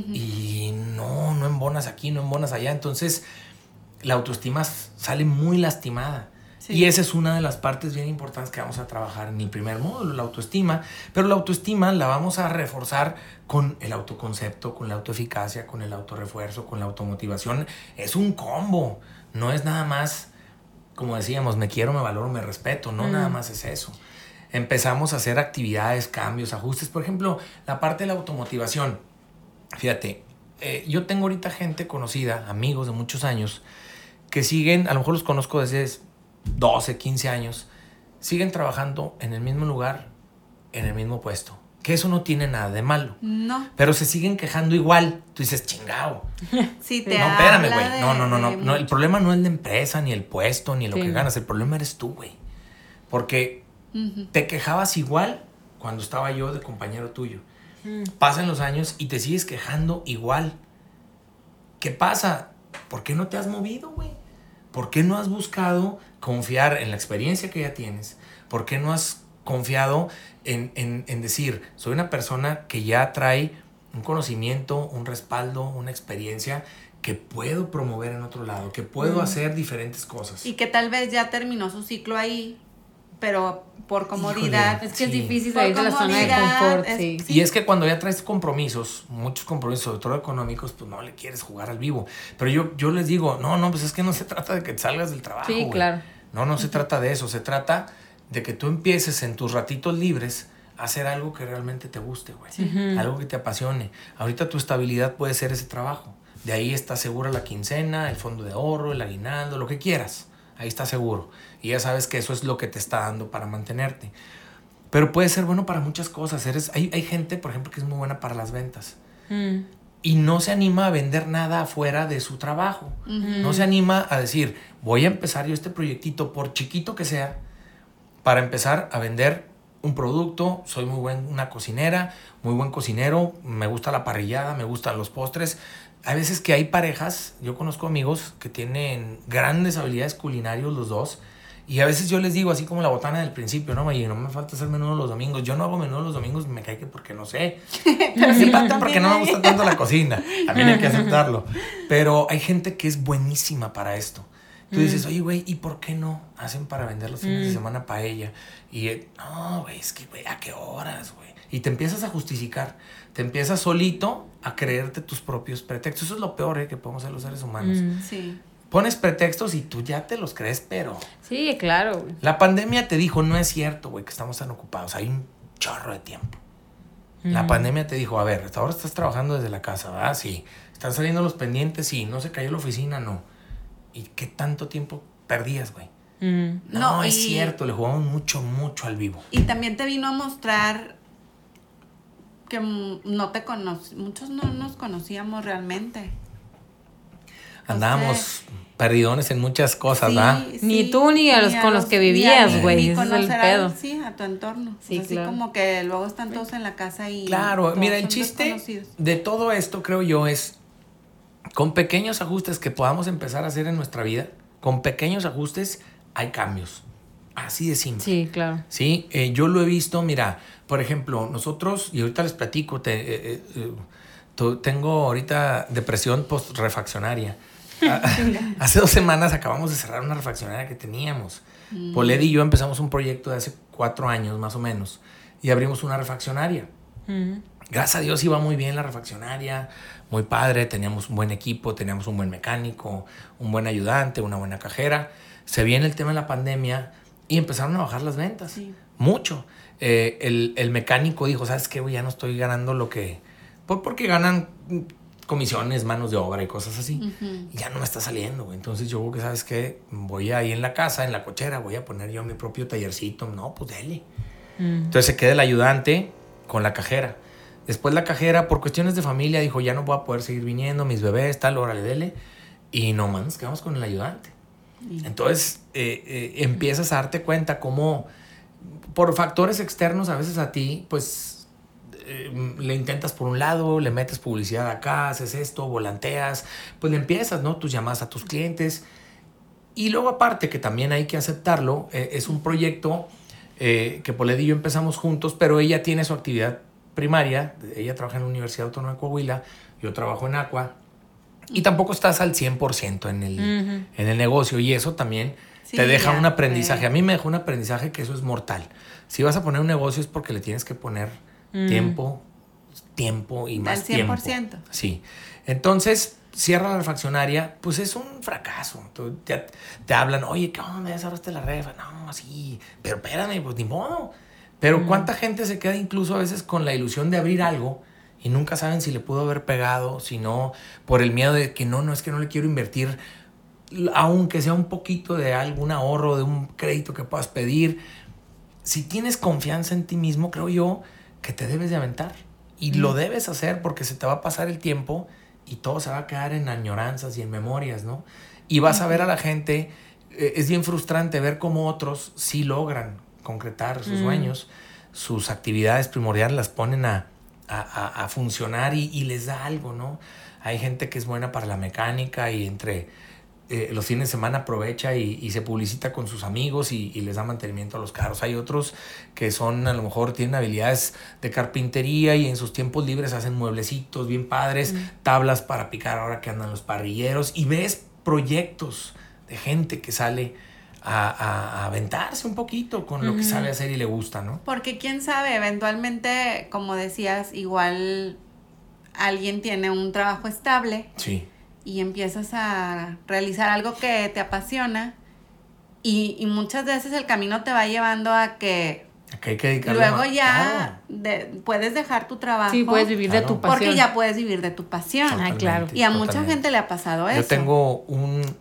y no embonas aquí, no embonas allá. Entonces la autoestima sale muy lastimada. Sí. Y esa es una de las partes bien importantes que vamos a trabajar en el primer módulo, la autoestima. Pero la autoestima la vamos a reforzar con el autoconcepto, con la autoeficacia, con el autorrefuerzo, con la automotivación. Es un combo. No es nada más, como decíamos, me quiero, me valoro, me respeto. No, nada más es eso. Empezamos a hacer actividades, cambios, ajustes. Por ejemplo, la parte de la automotivación. Fíjate, yo tengo ahorita gente conocida, amigos de muchos años, que siguen, a lo mejor los conozco desde 12, 15 años, siguen trabajando en el mismo lugar, en el mismo puesto. Que eso no tiene nada de malo. No. Pero se siguen quejando igual. Tú dices, chingao. Sí, te no, espérame, habla güey. No. El problema no es la empresa, ni el puesto, ni lo que ganas. El problema eres tú, güey. Porque te quejabas igual cuando estaba yo de compañero tuyo. Pasan los años y te sigues quejando igual. ¿Qué pasa? ¿Por qué no te has movido, güey? ¿Por qué no has buscado confiar en la experiencia que ya tienes? ¿Por qué no has confiado en decir, soy una persona que ya trae un conocimiento, un respaldo, una experiencia que puedo promover en otro lado, que puedo hacer diferentes cosas? Y que tal vez ya terminó su ciclo ahí, pero por comodidad. Híjole, es que es sí. difícil Por salir de la zona de confort, sí. Y es que cuando ya traes compromisos, muchos compromisos, sobre todo económicos, pues no le quieres jugar al vivo. Pero yo les digo, no, pues es que no se trata de que te salgas del trabajo. Sí, claro. No se trata de eso. Se trata de que tú empieces en tus ratitos libres a hacer algo que realmente te guste, güey. Algo que te apasione. Ahorita tu estabilidad puede ser ese trabajo. De ahí está segura la quincena, el fondo de ahorro, el aguinaldo, lo que quieras, ahí estás seguro. Y ya sabes que eso es lo que te está dando para mantenerte. Pero puede ser bueno para muchas cosas. Hay gente, por ejemplo, que es muy buena para las ventas. Y no se anima a vender nada afuera de su trabajo. No se anima a decir, voy a empezar yo este proyectito, por chiquito que sea, para empezar a vender un producto. Soy una cocinera, muy buen cocinero, me gusta la parrillada, me gustan los postres. Hay veces que hay parejas, yo conozco amigos que tienen grandes habilidades culinarias los dos, y a veces yo les digo, así como la botana del principio, no me falta hacer menudo los domingos. Yo no hago menudo los domingos, me cae que porque no sé. Pero sí, porque no me gusta tanto la cocina. También hay que aceptarlo. Pero hay gente que es buenísima para esto. Tú dices, oye, güey, ¿y por qué no hacen para vender los fines de semana paella? Y, no, güey, es que, güey, ¿a qué horas, güey? Y te empiezas a justificar. Te empiezas solito a creerte tus propios pretextos. Eso es lo peor, que podemos hacer los seres humanos. Sí. Pones pretextos y tú ya te los crees, pero... Sí, claro. La pandemia te dijo, no es cierto, güey, que estamos tan ocupados. Hay un chorro de tiempo. La pandemia te dijo, a ver, hasta ahora estás trabajando desde la casa, ¿verdad? Sí. ¿Están saliendo los pendientes? Sí. ¿No se cayó la oficina? No. ¿Y qué tanto tiempo perdías, güey? No, es cierto, le jugamos mucho al vivo. Y también te vino a mostrar que muchos no nos conocíamos realmente. Andábamos perdidones en muchas cosas, ¿verdad? Sí, ni tú ni a los con los que vivías, güey. Ese es el pedo. Sí, a tu entorno. Sí, así claro. como que luego están todos en la casa y... Claro, mira, el chiste de todo esto, creo yo, es con pequeños ajustes que podamos empezar a hacer en nuestra vida, con pequeños ajustes hay cambios. Así de simple. Sí, claro. Sí, yo lo he visto, mira, por ejemplo, nosotros, y ahorita les platico, tengo ahorita depresión post-refaccionaria. Hace 2 semanas acabamos de cerrar una refaccionaria que teníamos. Poled y yo empezamos un proyecto de hace 4 años más o menos y abrimos una refaccionaria. Gracias a Dios iba muy bien la refaccionaria, muy padre, teníamos un buen equipo, teníamos un buen mecánico, un buen ayudante, una buena cajera. Se viene el tema de la pandemia y empezaron a bajar las ventas. Sí. Mucho. El mecánico dijo, ¿sabes qué? Ya no estoy ganando lo que... Porque ganan comisiones, manos de obra y cosas así. Y ya no me está saliendo, güey. Entonces yo creo que, ¿sabes qué? Voy ahí en la casa, en la cochera, voy a poner yo mi propio tallercito. No, pues dele. Entonces se queda el ayudante con la cajera. Después la cajera, por cuestiones de familia, dijo, ya no voy a poder seguir viniendo, mis bebés, tal, órale, dele. Y nomás nos quedamos con el ayudante. Entonces empiezas a darte cuenta cómo por factores externos a veces a ti, pues... le intentas por un lado, le metes publicidad acá, haces esto, volanteas, pues le empiezas, ¿no? Tus llamadas a tus clientes. Y luego aparte, que también hay que aceptarlo, es un proyecto que Poled y yo empezamos juntos, pero ella tiene su actividad primaria, ella trabaja en la Universidad Autónoma de Coahuila, yo trabajo en Aqua, y tampoco estás al 100% en el negocio, y eso también te deja un aprendizaje. A mí me dejó un aprendizaje que eso es mortal. Si vas a poner un negocio es porque le tienes que poner tiempo y más tiempo. Al 100%. Sí. Entonces, cierra la refaccionaria, pues es un fracaso. Entonces, ya te hablan, oye, ¿qué onda? ¿Ya cerraste la refa? No, sí. Pero espérame, pues ni modo. Pero ¿cuánta gente se queda incluso a veces con la ilusión de abrir algo y nunca saben si le pudo haber pegado, si no, por el miedo de que no, es que no le quiero invertir, aunque sea un poquito de algún ahorro, de un crédito que puedas pedir? Si tienes confianza en ti mismo, creo yo, que te debes de aventar. Y lo debes hacer porque se te va a pasar el tiempo y todo se va a quedar en añoranzas y en memorias, ¿no? Y vas a ver a la gente, es bien frustrante ver cómo otros sí logran concretar sus sueños, sus actividades primordiales las ponen a funcionar y les da algo, ¿no? Hay gente que es buena para la mecánica y entre... los fines de semana aprovecha y se publicita con sus amigos y les da mantenimiento a los carros. Hay otros que son, a lo mejor tienen habilidades de carpintería y en sus tiempos libres hacen mueblecitos bien padres, tablas para picar ahora que andan los parrilleros, y ves proyectos de gente que sale a aventarse un poquito con lo que sabe hacer y le gusta, ¿no? Porque quién sabe, eventualmente, como decías, igual alguien tiene un trabajo estable. Sí. Y empiezas a realizar algo que te apasiona y muchas veces el camino te va llevando a que hay que dedicarle luego ya puedes dejar tu trabajo. Sí, puedes vivir de tu pasión. Porque ya puedes vivir de tu pasión. Claro. Y a mucha gente le ha pasado eso. Yo tengo un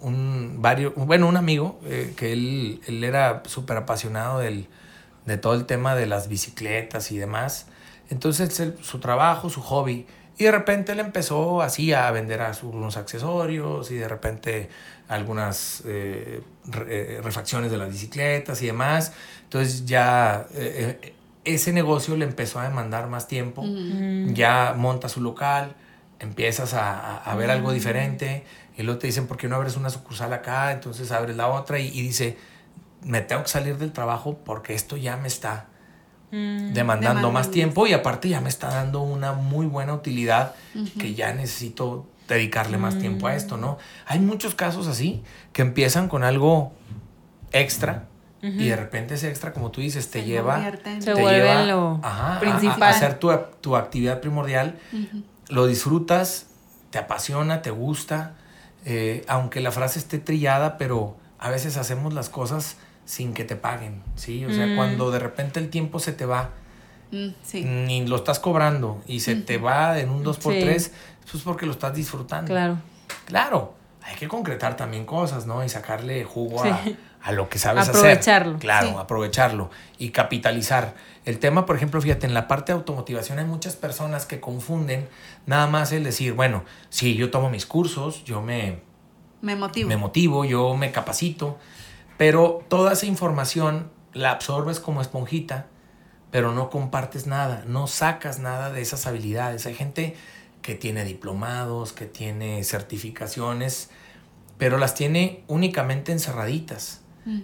un amigo que él era súper apasionado de todo el tema de las bicicletas y demás. Entonces su trabajo, su hobby, y de repente él empezó así a vender unos accesorios y de repente algunas refacciones de las bicicletas y demás. Entonces ya ese negocio le empezó a demandar más tiempo. Ya monta su local, empiezas a ver algo diferente y luego te dicen, ¿por qué no abres una sucursal acá? Entonces abres la otra y dice, me tengo que salir del trabajo porque esto ya me está demandando más tiempo y aparte ya me está dando una muy buena utilidad que ya necesito dedicarle más tiempo a esto, ¿no? Hay muchos casos así que empiezan con algo extra y de repente ese extra, como tú dices, te lleva lo principal. A hacer tu actividad primordial. Lo disfrutas, te apasiona, te gusta, aunque la frase esté trillada, pero a veces hacemos las cosas sin que te paguen, ¿sí? O sea, cuando de repente el tiempo se te va, ni lo estás cobrando y se te va en un 2x3, eso es porque lo estás disfrutando. Claro, hay que concretar también cosas, ¿no? Y sacarle jugo a lo que sabes aprovecharlo. hacer. Claro, aprovecharlo y capitalizar. El tema, por ejemplo, fíjate, en la parte de automotivación hay muchas personas que confunden nada más el decir, bueno, sí, yo tomo mis cursos, yo me motivo, yo me capacito, pero toda esa información la absorbes como esponjita, pero no compartes nada, no sacas nada de esas habilidades. Hay gente que tiene diplomados, que tiene certificaciones, pero las tiene únicamente encerraditas.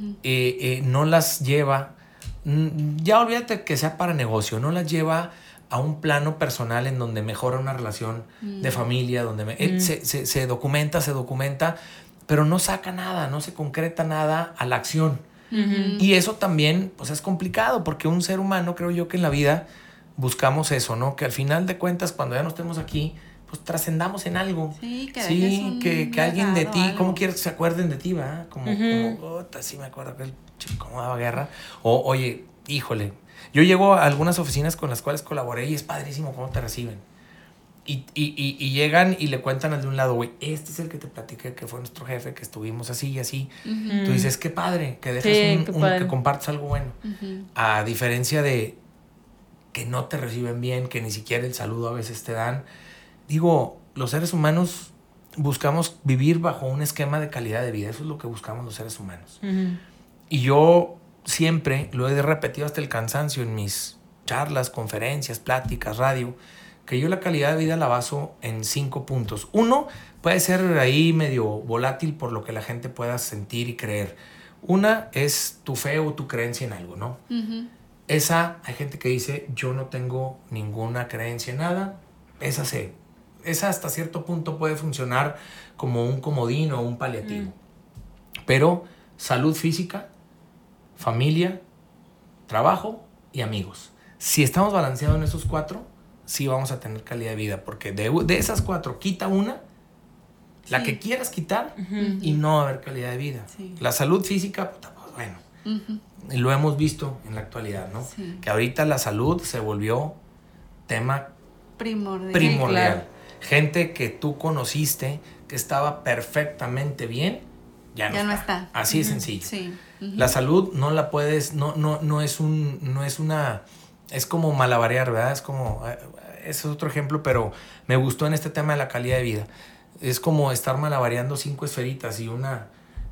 No las lleva, ya olvídate que sea para negocio, no las lleva a un plano personal en donde mejora una relación de familia, donde se documenta, pero no saca nada, no se concreta nada a la acción. Y eso también pues es complicado, porque un ser humano, creo yo que en la vida buscamos eso, ¿no? Que al final de cuentas, cuando ya no estemos aquí, pues trascendamos en algo. Sí, que alguien de ti, algo. ¿cómo quieres que se acuerden de ti, va? Como sí me acuerdo que el chico cómo daba guerra. O, oye, híjole, yo llego a algunas oficinas con las cuales colaboré y es padrísimo cómo te reciben. Y llegan y le cuentan al de un lado, güey, este es el que te platiqué que fue nuestro jefe, que estuvimos así y así. Tú dices, qué padre, que dejas que compartas algo bueno. A diferencia de que no te reciben bien, que ni siquiera el saludo a veces te dan. Digo, los seres humanos buscamos vivir bajo un esquema de calidad de vida. Eso es lo que buscamos los seres humanos. Y yo siempre lo he repetido hasta el cansancio en mis charlas, conferencias, pláticas, radio, que yo la calidad de vida la baso en 5 puntos. 1, puede ser ahí medio volátil por lo que la gente pueda sentir y creer. 1 es tu fe o tu creencia en algo, ¿no? Esa, hay gente que dice, yo no tengo ninguna creencia en nada. Esa hasta cierto punto puede funcionar como un comodín o un paliativo. Pero salud física, familia, trabajo y amigos. Si estamos balanceados en esos 4, sí vamos a tener calidad de vida, porque de esas 4, quita una, la que quieras quitar, y no va a haber calidad de vida. La salud física, pues bueno, y lo hemos visto en la actualidad, ¿no? Que ahorita la salud se volvió tema primordial. Gente que tú conociste, que estaba perfectamente bien, ya no está. Así de sencillo. La salud no la puedes, no es una... Es como malabarear, ¿verdad? Ese es otro ejemplo, pero me gustó en este tema de la calidad de vida. Es como estar malabareando 5 esferitas y una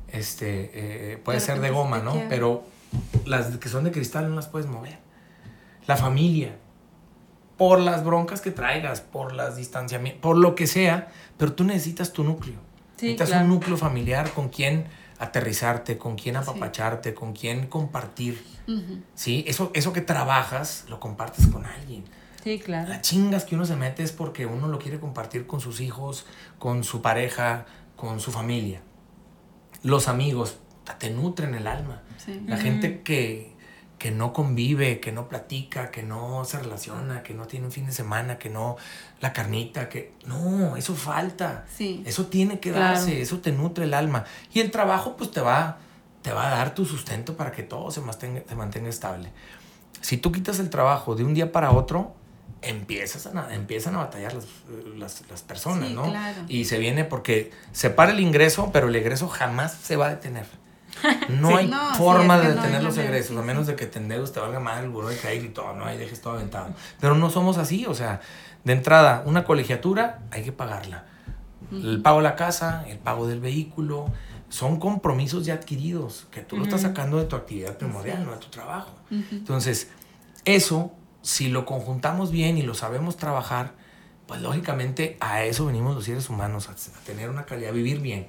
puede ser de goma, ¿no? Pero las que son de cristal no las puedes mover. La familia, por las broncas que traigas, por las distanciamientos, por lo que sea, pero tú necesitas tu núcleo. Necesitas un núcleo familiar con quien aterrizarte, con quien apapacharte, con quien compartir. ¿Sí? Eso que trabajas, lo compartes con alguien. Sí, claro. Las chingas que uno se mete es porque uno lo quiere compartir con sus hijos, con su pareja, con su familia. Los amigos te nutren el alma. La gente que no convive, que no platica, que no se relaciona, que no tiene un fin de semana, que no la carnita, que no, eso falta. Eso tiene que darse, eso te nutre el alma. Y el trabajo pues te va a dar tu sustento para que todo se mantenga estable. Si tú quitas el trabajo de un día para otro, empiezan a batallar las personas, Sí, ¿no? claro. Y se viene porque se para el ingreso, pero el egreso jamás se va a detener. No hay No, forma sí, es de que no hay detener los manera, egresos, sí, a menos de que te endeudes, te valga mal el buró de crédito y todo, ¿no? Ahí dejes todo aventado. Pero no somos así, o sea, de entrada, una colegiatura hay que pagarla. El pago de la casa, el pago del vehículo, son compromisos ya adquiridos, que tú lo estás sacando de tu actividad primordial, no de tu trabajo. Entonces, eso, si lo conjuntamos bien y lo sabemos trabajar, pues lógicamente a eso venimos los seres humanos, a tener una calidad, a vivir bien,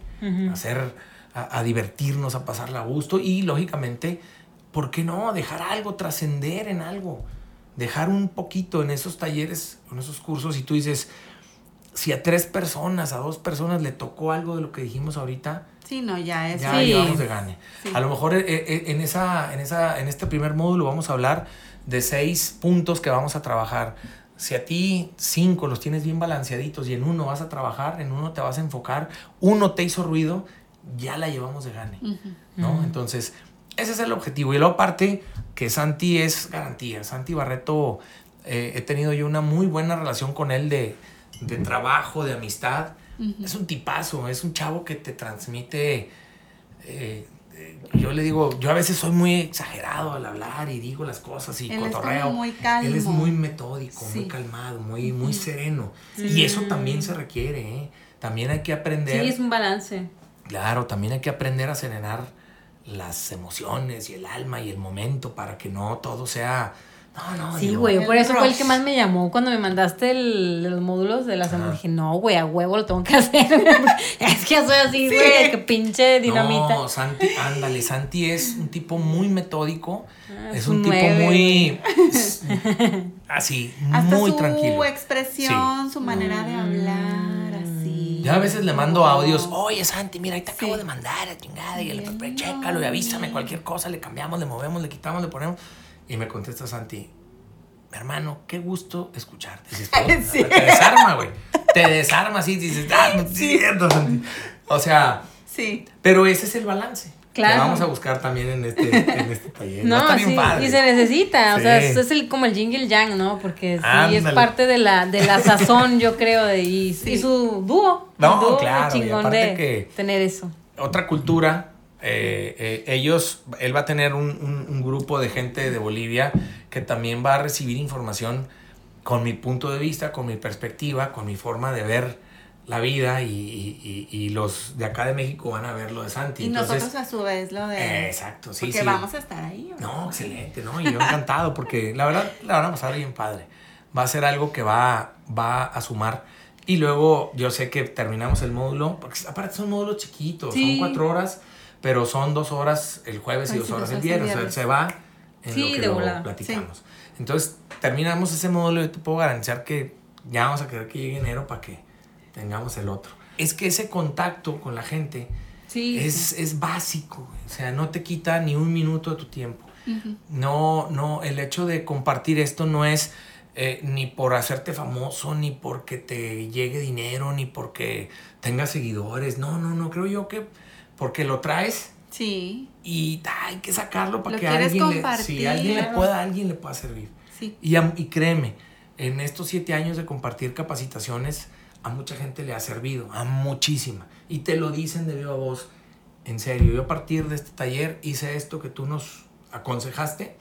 a divertirnos, a pasarla a gusto y lógicamente, ¿por qué no? Dejar algo, trascender en algo, dejar un poquito en esos talleres, en esos cursos, y tú dices, si a 3 personas, a 2 personas le tocó algo de lo que dijimos ahorita, Sí, no, ya es. ya Sí. llevamos de gane. Sí. A lo mejor en este primer módulo vamos a hablar de 6 puntos que vamos a trabajar. Si a ti 5 los tienes bien balanceaditos y en uno vas a trabajar, en uno te vas a enfocar, uno te hizo ruido, ya la llevamos de gane, ¿no? Entonces, ese es el objetivo. Y luego aparte que Santi es garantía. Santi Barreto, he tenido yo una muy buena relación con él de trabajo, de amistad. Es un tipazo, es un chavo que te transmite... yo le digo, yo a veces soy muy exagerado al hablar y digo las cosas y Él es cotorreo. como muy calmo. Él es muy metódico, Sí. muy calmado, muy sereno. Y eso también se requiere, ¿eh? También hay que aprender... Sí, es un balance. Claro, también hay que aprender a serenar las emociones y el alma y el momento para que no todo sea... No, Sí, digo, güey, por eso fue el rush. que más me llamó cuando me mandaste los módulos de la semana. Dije, no, güey, a huevo lo tengo que hacer. Es que soy así, güey, que pinche dinamita. No, Santi, ándale, Santi es un tipo muy metódico, es un un tipo 9, muy así, Hasta muy su tranquilo. expresión, su manera de hablar, así. Ya a veces le mando audios, oye Santi, mira, ahí te acabo de mandar a chingada, y chécalo y avísame cualquier cosa, le cambiamos, le movemos, le quitamos, le ponemos. Y me contesta Santi, mi hermano, qué gusto escucharte. Dices, Sí. te desarma, güey. Te desarma así, dices, no es cierto, Santi. O sea, Sí. pero ese es el balance. Claro. Que vamos a buscar también en este taller. Va a No, estar bien sí, padre. y se necesita, o Sí. sea, es como el yin y el yang, ¿no? Porque sí, Ándale. es parte de la sazón, yo creo, y su dúo. No, el dúo claro, y chingón aparte de que- tener eso. Otra cultura, él va a tener un grupo de gente de Bolivia que también va a recibir información con mi punto de vista, con mi perspectiva, con mi forma de ver la vida y los de acá de México van a ver lo de Santi. Y Entonces, nosotros a su vez lo de... exacto, sí, Porque sí. vamos a estar ahí. ¿o No, excelente, ¿no? Y yo encantado porque la verdad la van a pasar bien padre. Va a ser algo que va a sumar. Y luego yo sé que terminamos el módulo, porque aparte son módulos chiquitos, Sí. son 4 horas, pero son 2 horas el jueves y Ay, 2 sí, horas 2 el horas el viernes. O sea, viernes. se va en Sí, lo que de lo volada. platicamos. Entonces terminamos ese módulo y te puedo garantizar que ya vamos a querer que llegue enero para que tengamos el otro. Es que ese contacto con la gente Sí. es básico, güey. O sea, no te quita ni un minuto de tu tiempo. No, el hecho de compartir esto no es ni por hacerte famoso, ni porque te llegue dinero, ni porque tengas seguidores. No, creo yo que porque lo traes Sí, y hay que sacarlo para Lo que quieres alguien compartir. si a alguien le pueda servir. sí. Y créeme, en estos 7 años de compartir capacitaciones, a mucha gente le ha servido, a muchísima. Y te lo dicen de viva voz. En serio, yo a partir de este taller hice esto que tú nos aconsejaste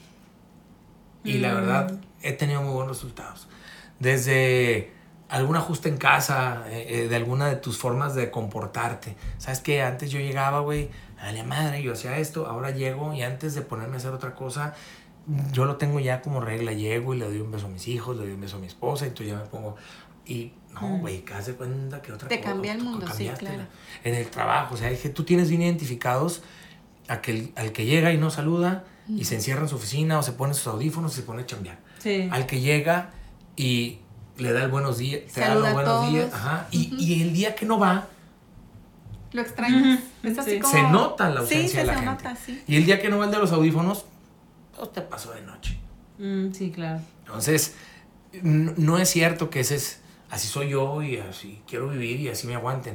y la verdad he tenido muy buenos resultados. Desde algún ajuste en casa, de alguna de tus formas de comportarte. ¿Sabes qué? Antes yo llegaba, güey, a la madre, yo hacía esto, ahora llego y antes de ponerme a hacer otra cosa, yo lo tengo ya como regla, llego y le doy un beso a mis hijos, le doy un beso a mi esposa, y entonces ya me pongo... Y no, güey, que haz de cuenta que otra Te cosa. cambia el tú mundo, sí, cambiaste claro. En el trabajo, o sea, es que tú tienes bien identificados al que llega y no saluda y se encierra en su oficina o se pone sus audífonos y se pone a chambear. Sí. Al que llega y le da el buenos días, te da Saluda los a buenos días, todos. ajá, y el día que no va, Lo extrañas. Es así Sí. como... se nota la ausencia sí, de la se gente. nota, sí. Y el día que no va el de los audífonos, pues te pasó de noche. Sí, claro. Entonces, no es cierto que así soy yo y así quiero vivir y así me aguanten.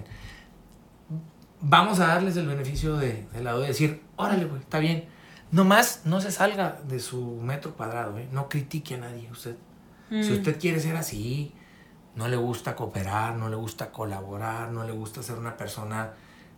Vamos a darles el beneficio del lado de decir, órale, güey, está bien. Nomás no se salga de su metro cuadrado, ¿eh? No critique a nadie usted. Si usted quiere ser así, no le gusta cooperar, no le gusta colaborar, no le gusta ser una persona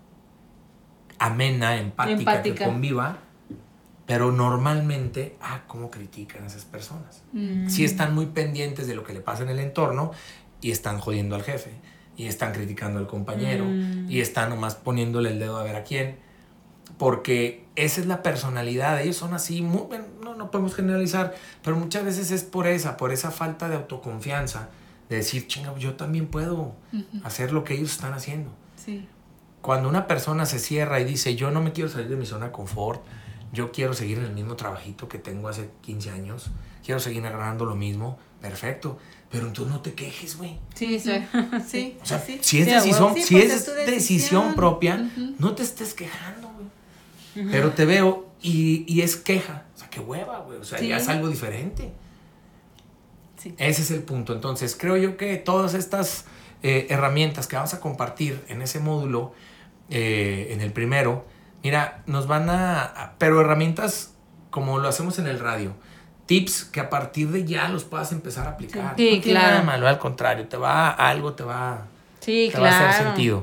amena, empática. Que conviva, pero normalmente, ¿cómo critican a esas personas? Sí están muy pendientes de lo que le pasa en el entorno y están jodiendo al jefe, y están criticando al compañero, y están nomás poniéndole el dedo a ver a quién, porque esa es la personalidad. Ellos son así, no podemos generalizar, pero muchas veces es por esa falta de autoconfianza, de decir, chinga, yo también puedo hacer lo que ellos están haciendo. Sí. Cuando una persona se cierra y dice, yo no me quiero salir de mi zona de confort, yo quiero seguir en el mismo trabajito que tengo hace 15 años, quiero seguir ganando lo mismo, perfecto, pero entonces no te quejes, güey. Sí, sí. Sí. O sea, sí. si es decisión propia, no te estés quejando, güey. Pero te veo y es queja. O sea, qué hueva, güey. O sea, ya es algo diferente. Sí. Ese es el punto. Entonces, creo yo que todas estas herramientas que vamos a compartir en ese módulo, en el primero, mira, nos van pero herramientas como lo hacemos en el radio. Tips que a partir de ya los puedas empezar a aplicar. Sí, no tiene nada malo, al contrario, te va a hacer sentido.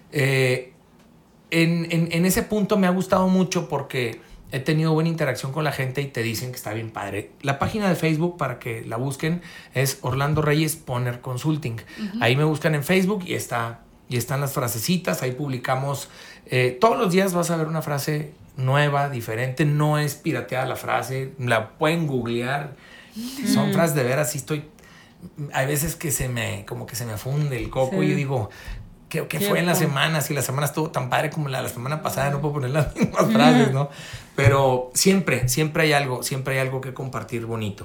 En ese punto me ha gustado mucho porque he tenido buena interacción con la gente y te dicen que está bien padre. La página de Facebook, para que la busquen, es Orlando Reyes Poner Consulting. Ahí me buscan en Facebook y están las frasecitas. Ahí publicamos. Todos los días vas a ver una frase nueva, diferente. No es pirateada la frase. La pueden googlear. Son frases de veras. Hay veces que se me funde el coco y yo digo, ¿qué fue en la semana? Si la semana estuvo tan padre como la semana pasada, no puedo poner las mismas frases, ¿no? Pero siempre hay algo que compartir bonito.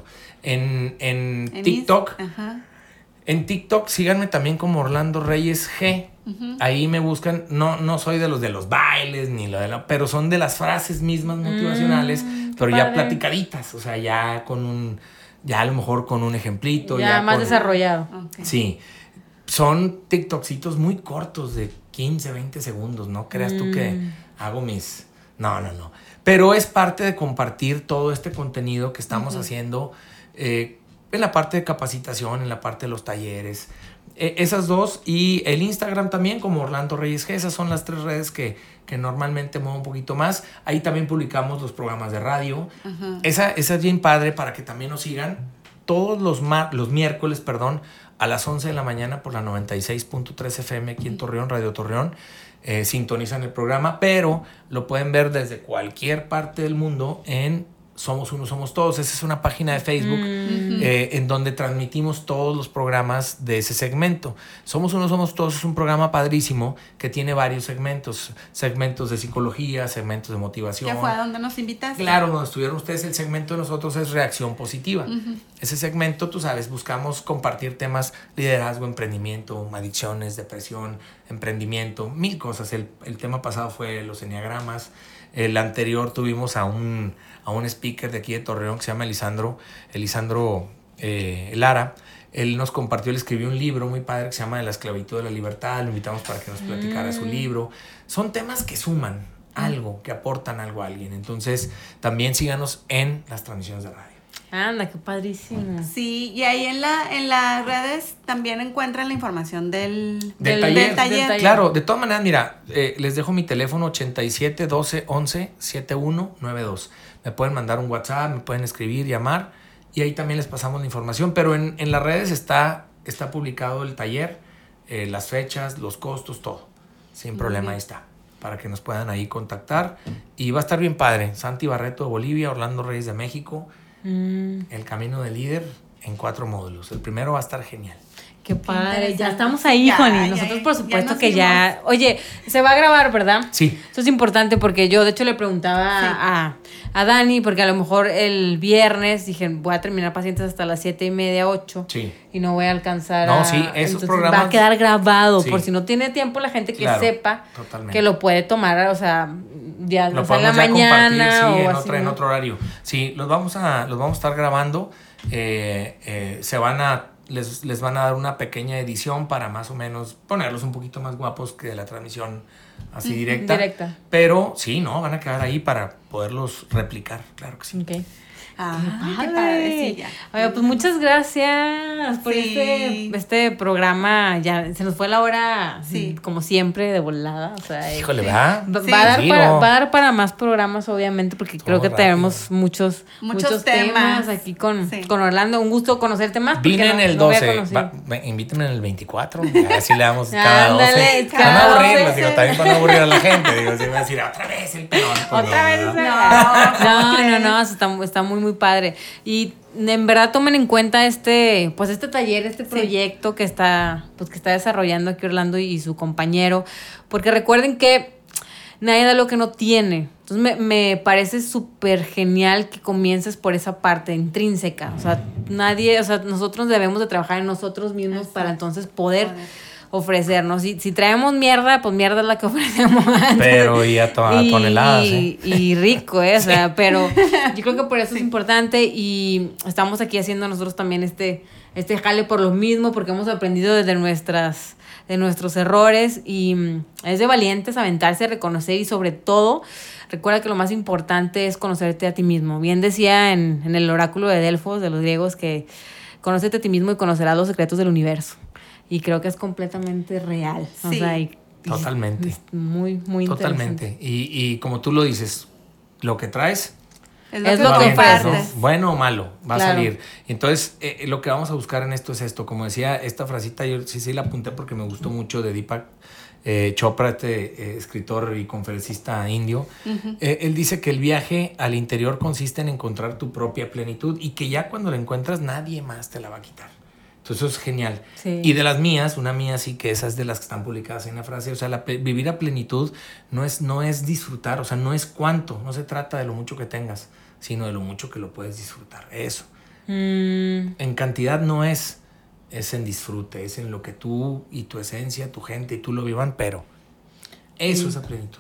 En TikTok, en TikTok síganme también como Orlando Reyes G. Ahí me buscan. No soy de los bailes ni pero son de las frases mismas motivacionales, pero ya platicaditas, o sea, ya a lo mejor con un ejemplito, ya más desarrollado. Okay. Sí. Son TikToksitos muy cortos de 15, 20 segundos. No creas tú que hago mis... No. Pero es parte de compartir todo este contenido que estamos haciendo en la parte de capacitación, en la parte de los talleres. Esas dos, y el Instagram también como Orlando Reyes G. Esas son las 3 redes que normalmente muevo un poquito más. Ahí también publicamos los programas de radio. Esa es bien padre para que también nos sigan todos los miércoles, a las 11 de la mañana por la 96.3 FM aquí en Torreón, Radio Torreón. Sintonizan el programa, pero lo pueden ver desde cualquier parte del mundo en Somos Uno, Somos Todos. Esa es una página de Facebook en donde transmitimos todos los programas de ese segmento. Somos Uno, Somos Todos es un programa padrísimo que tiene varios segmentos de psicología, segmentos de motivación. ¿Qué fue a donde nos invitaste? Claro, donde estuvieron ustedes. El segmento de nosotros es Reacción Positiva. Ese segmento, tú sabes, buscamos compartir temas: liderazgo, emprendimiento, adicciones, depresión, emprendimiento, 1000 cosas. El tema pasado fue los enneagramas. El anterior tuvimos a un speaker de aquí de Torreón que se llama Elisandro Lara. Él nos compartió, él escribió un libro muy padre que se llama De la esclavitud de la libertad. Lo invitamos para que nos platicara su libro. Son temas que suman algo, que aportan algo a alguien. Entonces, también síganos en las transmisiones de radio. Anda, qué padrísimo. Sí, y ahí en las redes también encuentran la información del taller. Claro, de todas maneras, mira, les dejo mi teléfono 87 12 11 7192. Me pueden mandar un WhatsApp, me pueden escribir, llamar, y ahí también les pasamos la información. Pero en las redes está publicado el taller, las fechas, los costos, todo. Sin problema, ahí está, para que nos puedan ahí contactar. Y va a estar bien padre. Santi Barreto de Bolivia, Orlando Reyes de México. El camino del líder en 4 módulos. El primero va a estar genial. Qué padre, ya estamos ahí, Juani. Nosotros por supuesto que ya... Oye, se va a grabar, ¿verdad? Sí. Eso es importante porque yo de hecho le preguntaba a Dani, porque a lo mejor el viernes dije, voy a terminar pacientes hasta las 7:30, 8. Sí. Y no voy a alcanzar esos programas... Va a quedar grabado, por si no tiene tiempo la gente que sepa que lo puede tomar, o sea, ya lo en la mañana o así, en otro horario. Sí, los vamos a estar grabando. Les van a dar una pequeña edición para más o menos ponerlos un poquito más guapos que de la transmisión así directa. Pero sí, van a quedar ahí para poderlos replicar, claro que sí. Okay. Qué padre, sí, ya. Oye, pues muchas gracias por este programa. Ya se nos fue la hora, como siempre, de volada. O sea, híjole, ¿va? Va a dar para más programas, obviamente, porque creo que tenemos muchos temas aquí con Orlando. Un gusto conocerte más. Vine en el 12. Invítame en el 24. Así le damos cada 12. Van a aburrirlos, digo, también van a aburrir a la gente. Digo, si van a decir, otra vez el pelón. Otra vez. No, está muy padre. Y en verdad tomen en cuenta este taller, este proyecto que está desarrollando aquí Orlando y su compañero, porque recuerden que nadie da lo que no tiene. Entonces me parece súper genial que comiences por esa parte intrínseca. O sea, nosotros debemos de trabajar en nosotros mismos para entonces poder ofrecernos. Si traemos mierda, pues mierda es la que ofrecemos. Pero y a toneladas. Y rico, o sea, pero yo creo que por eso es importante y estamos aquí haciendo nosotros también este jale por lo mismo, porque hemos aprendido de nuestros errores y es de valientes aventarse, reconocer y sobre todo, recuerda que lo más importante es conocerte a ti mismo. Bien decía en el oráculo de Delfos, de los griegos, que conócete a ti mismo y conocerás los secretos del universo. Y creo que es completamente real. Sí. O sea, totalmente. Es muy, muy totalmente. interesante. Y como tú lo dices, lo que traes es lo que compartes. ¿No? Bueno o malo, va a salir. Entonces, lo que vamos a buscar en esto es esto. Como decía, esta frasita, yo sí la apunté porque me gustó mucho, de Deepak Chopra, escritor y conferencista indio. Uh-huh. Él dice que el viaje al interior consiste en encontrar tu propia plenitud y que ya cuando la encuentras, nadie más te la va a quitar. Entonces eso es genial. Sí. Y de las mías, una mía sí que esas de las que están publicadas en la frase, o sea, vivir a plenitud no es disfrutar, o sea, no es cuánto, no se trata de lo mucho que tengas, sino de lo mucho que lo puedes disfrutar, eso. En cantidad no es en disfrute, es en lo que tú y tu esencia, tu gente y tú lo vivan, pero eso es a plenitud.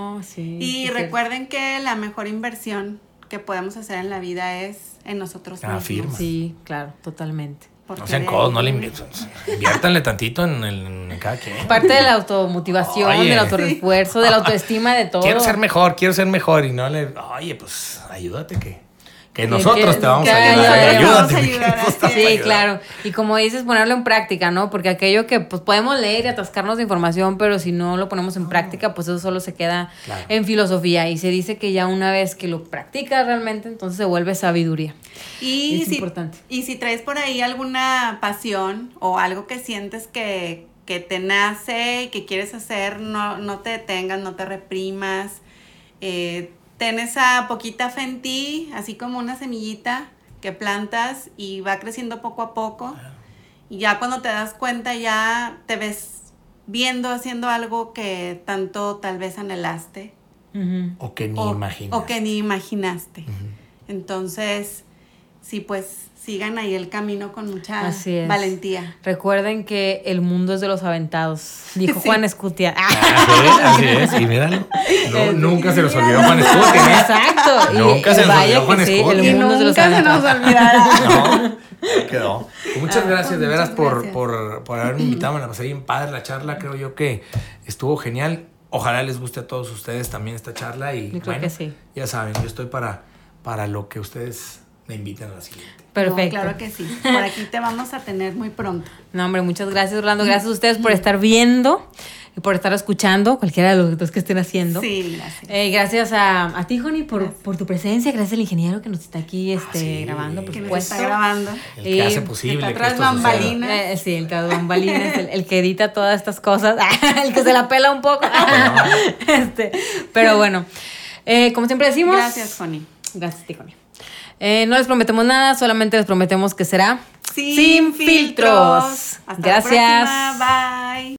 Y recuerden que la mejor inversión que podemos hacer en la vida es en nosotros mismos. Afirma. Sí, claro, totalmente. No sean codos, no le inviértanle tantito en cada quien. Parte de la automotivación, del autorrefuerzo, de la autoestima, de todo. Quiero ser mejor y no le... Oye, pues ayúdate que nosotros te vamos a ayudar. Ayúdate. Sí, claro. Y como dices, ponerlo en práctica, ¿no? Porque aquello que pues podemos leer y atascarnos de información, pero si no lo ponemos en práctica, pues eso solo se queda en filosofía. Y se dice que ya una vez que lo practicas realmente, entonces se vuelve sabiduría. Y es importante. Y si traes por ahí alguna pasión o algo que sientes que te nace y que quieres hacer, no te detengas, no te reprimas. Ten esa poquita fe en ti, así como una semillita que plantas y va creciendo poco a poco. Y ya cuando te das cuenta ya te ves haciendo algo que tanto tal vez anhelaste. Uh-huh. O que ni imaginaste. Uh-huh. Entonces, sí, pues sigan ahí el camino con mucha valentía. Recuerden que el mundo es de los aventados, dijo Juan Escutia. Así es, y míralo. Nunca se nos olvidó Juan Escutia. Exacto. Nunca se nos olvidó Juan Escutia. El mundo es de los aventados. Nunca se nos olvidará. Quedó. Muchas gracias de veras por haberme invitado. Me la pasé bien padre la charla. Creo yo que estuvo genial. Ojalá les guste a todos ustedes también esta charla. Y yo creo que sí. Ya saben, yo estoy para lo que ustedes me inviten a la siguiente. Perfecto. No, claro que sí. Por aquí te vamos a tener muy pronto. No, hombre, muchas gracias, Orlando. Gracias a ustedes por estar viendo y por estar escuchando, cualquiera de los dos que estén haciendo. Sí, gracias. Gracias a ti, Joni, por tu presencia. Gracias al ingeniero que nos está aquí grabando, por supuesto. Nos está grabando. El que hace posible que tras bambalinas. Sí, el tras bambalinas, el que edita todas estas cosas, el que se la pela un poco. Pero bueno, como siempre decimos... Gracias, Joni. Gracias a ti, Joni. No les prometemos nada, solamente les prometemos que será sin filtros. Hasta Gracias. La próxima. Bye.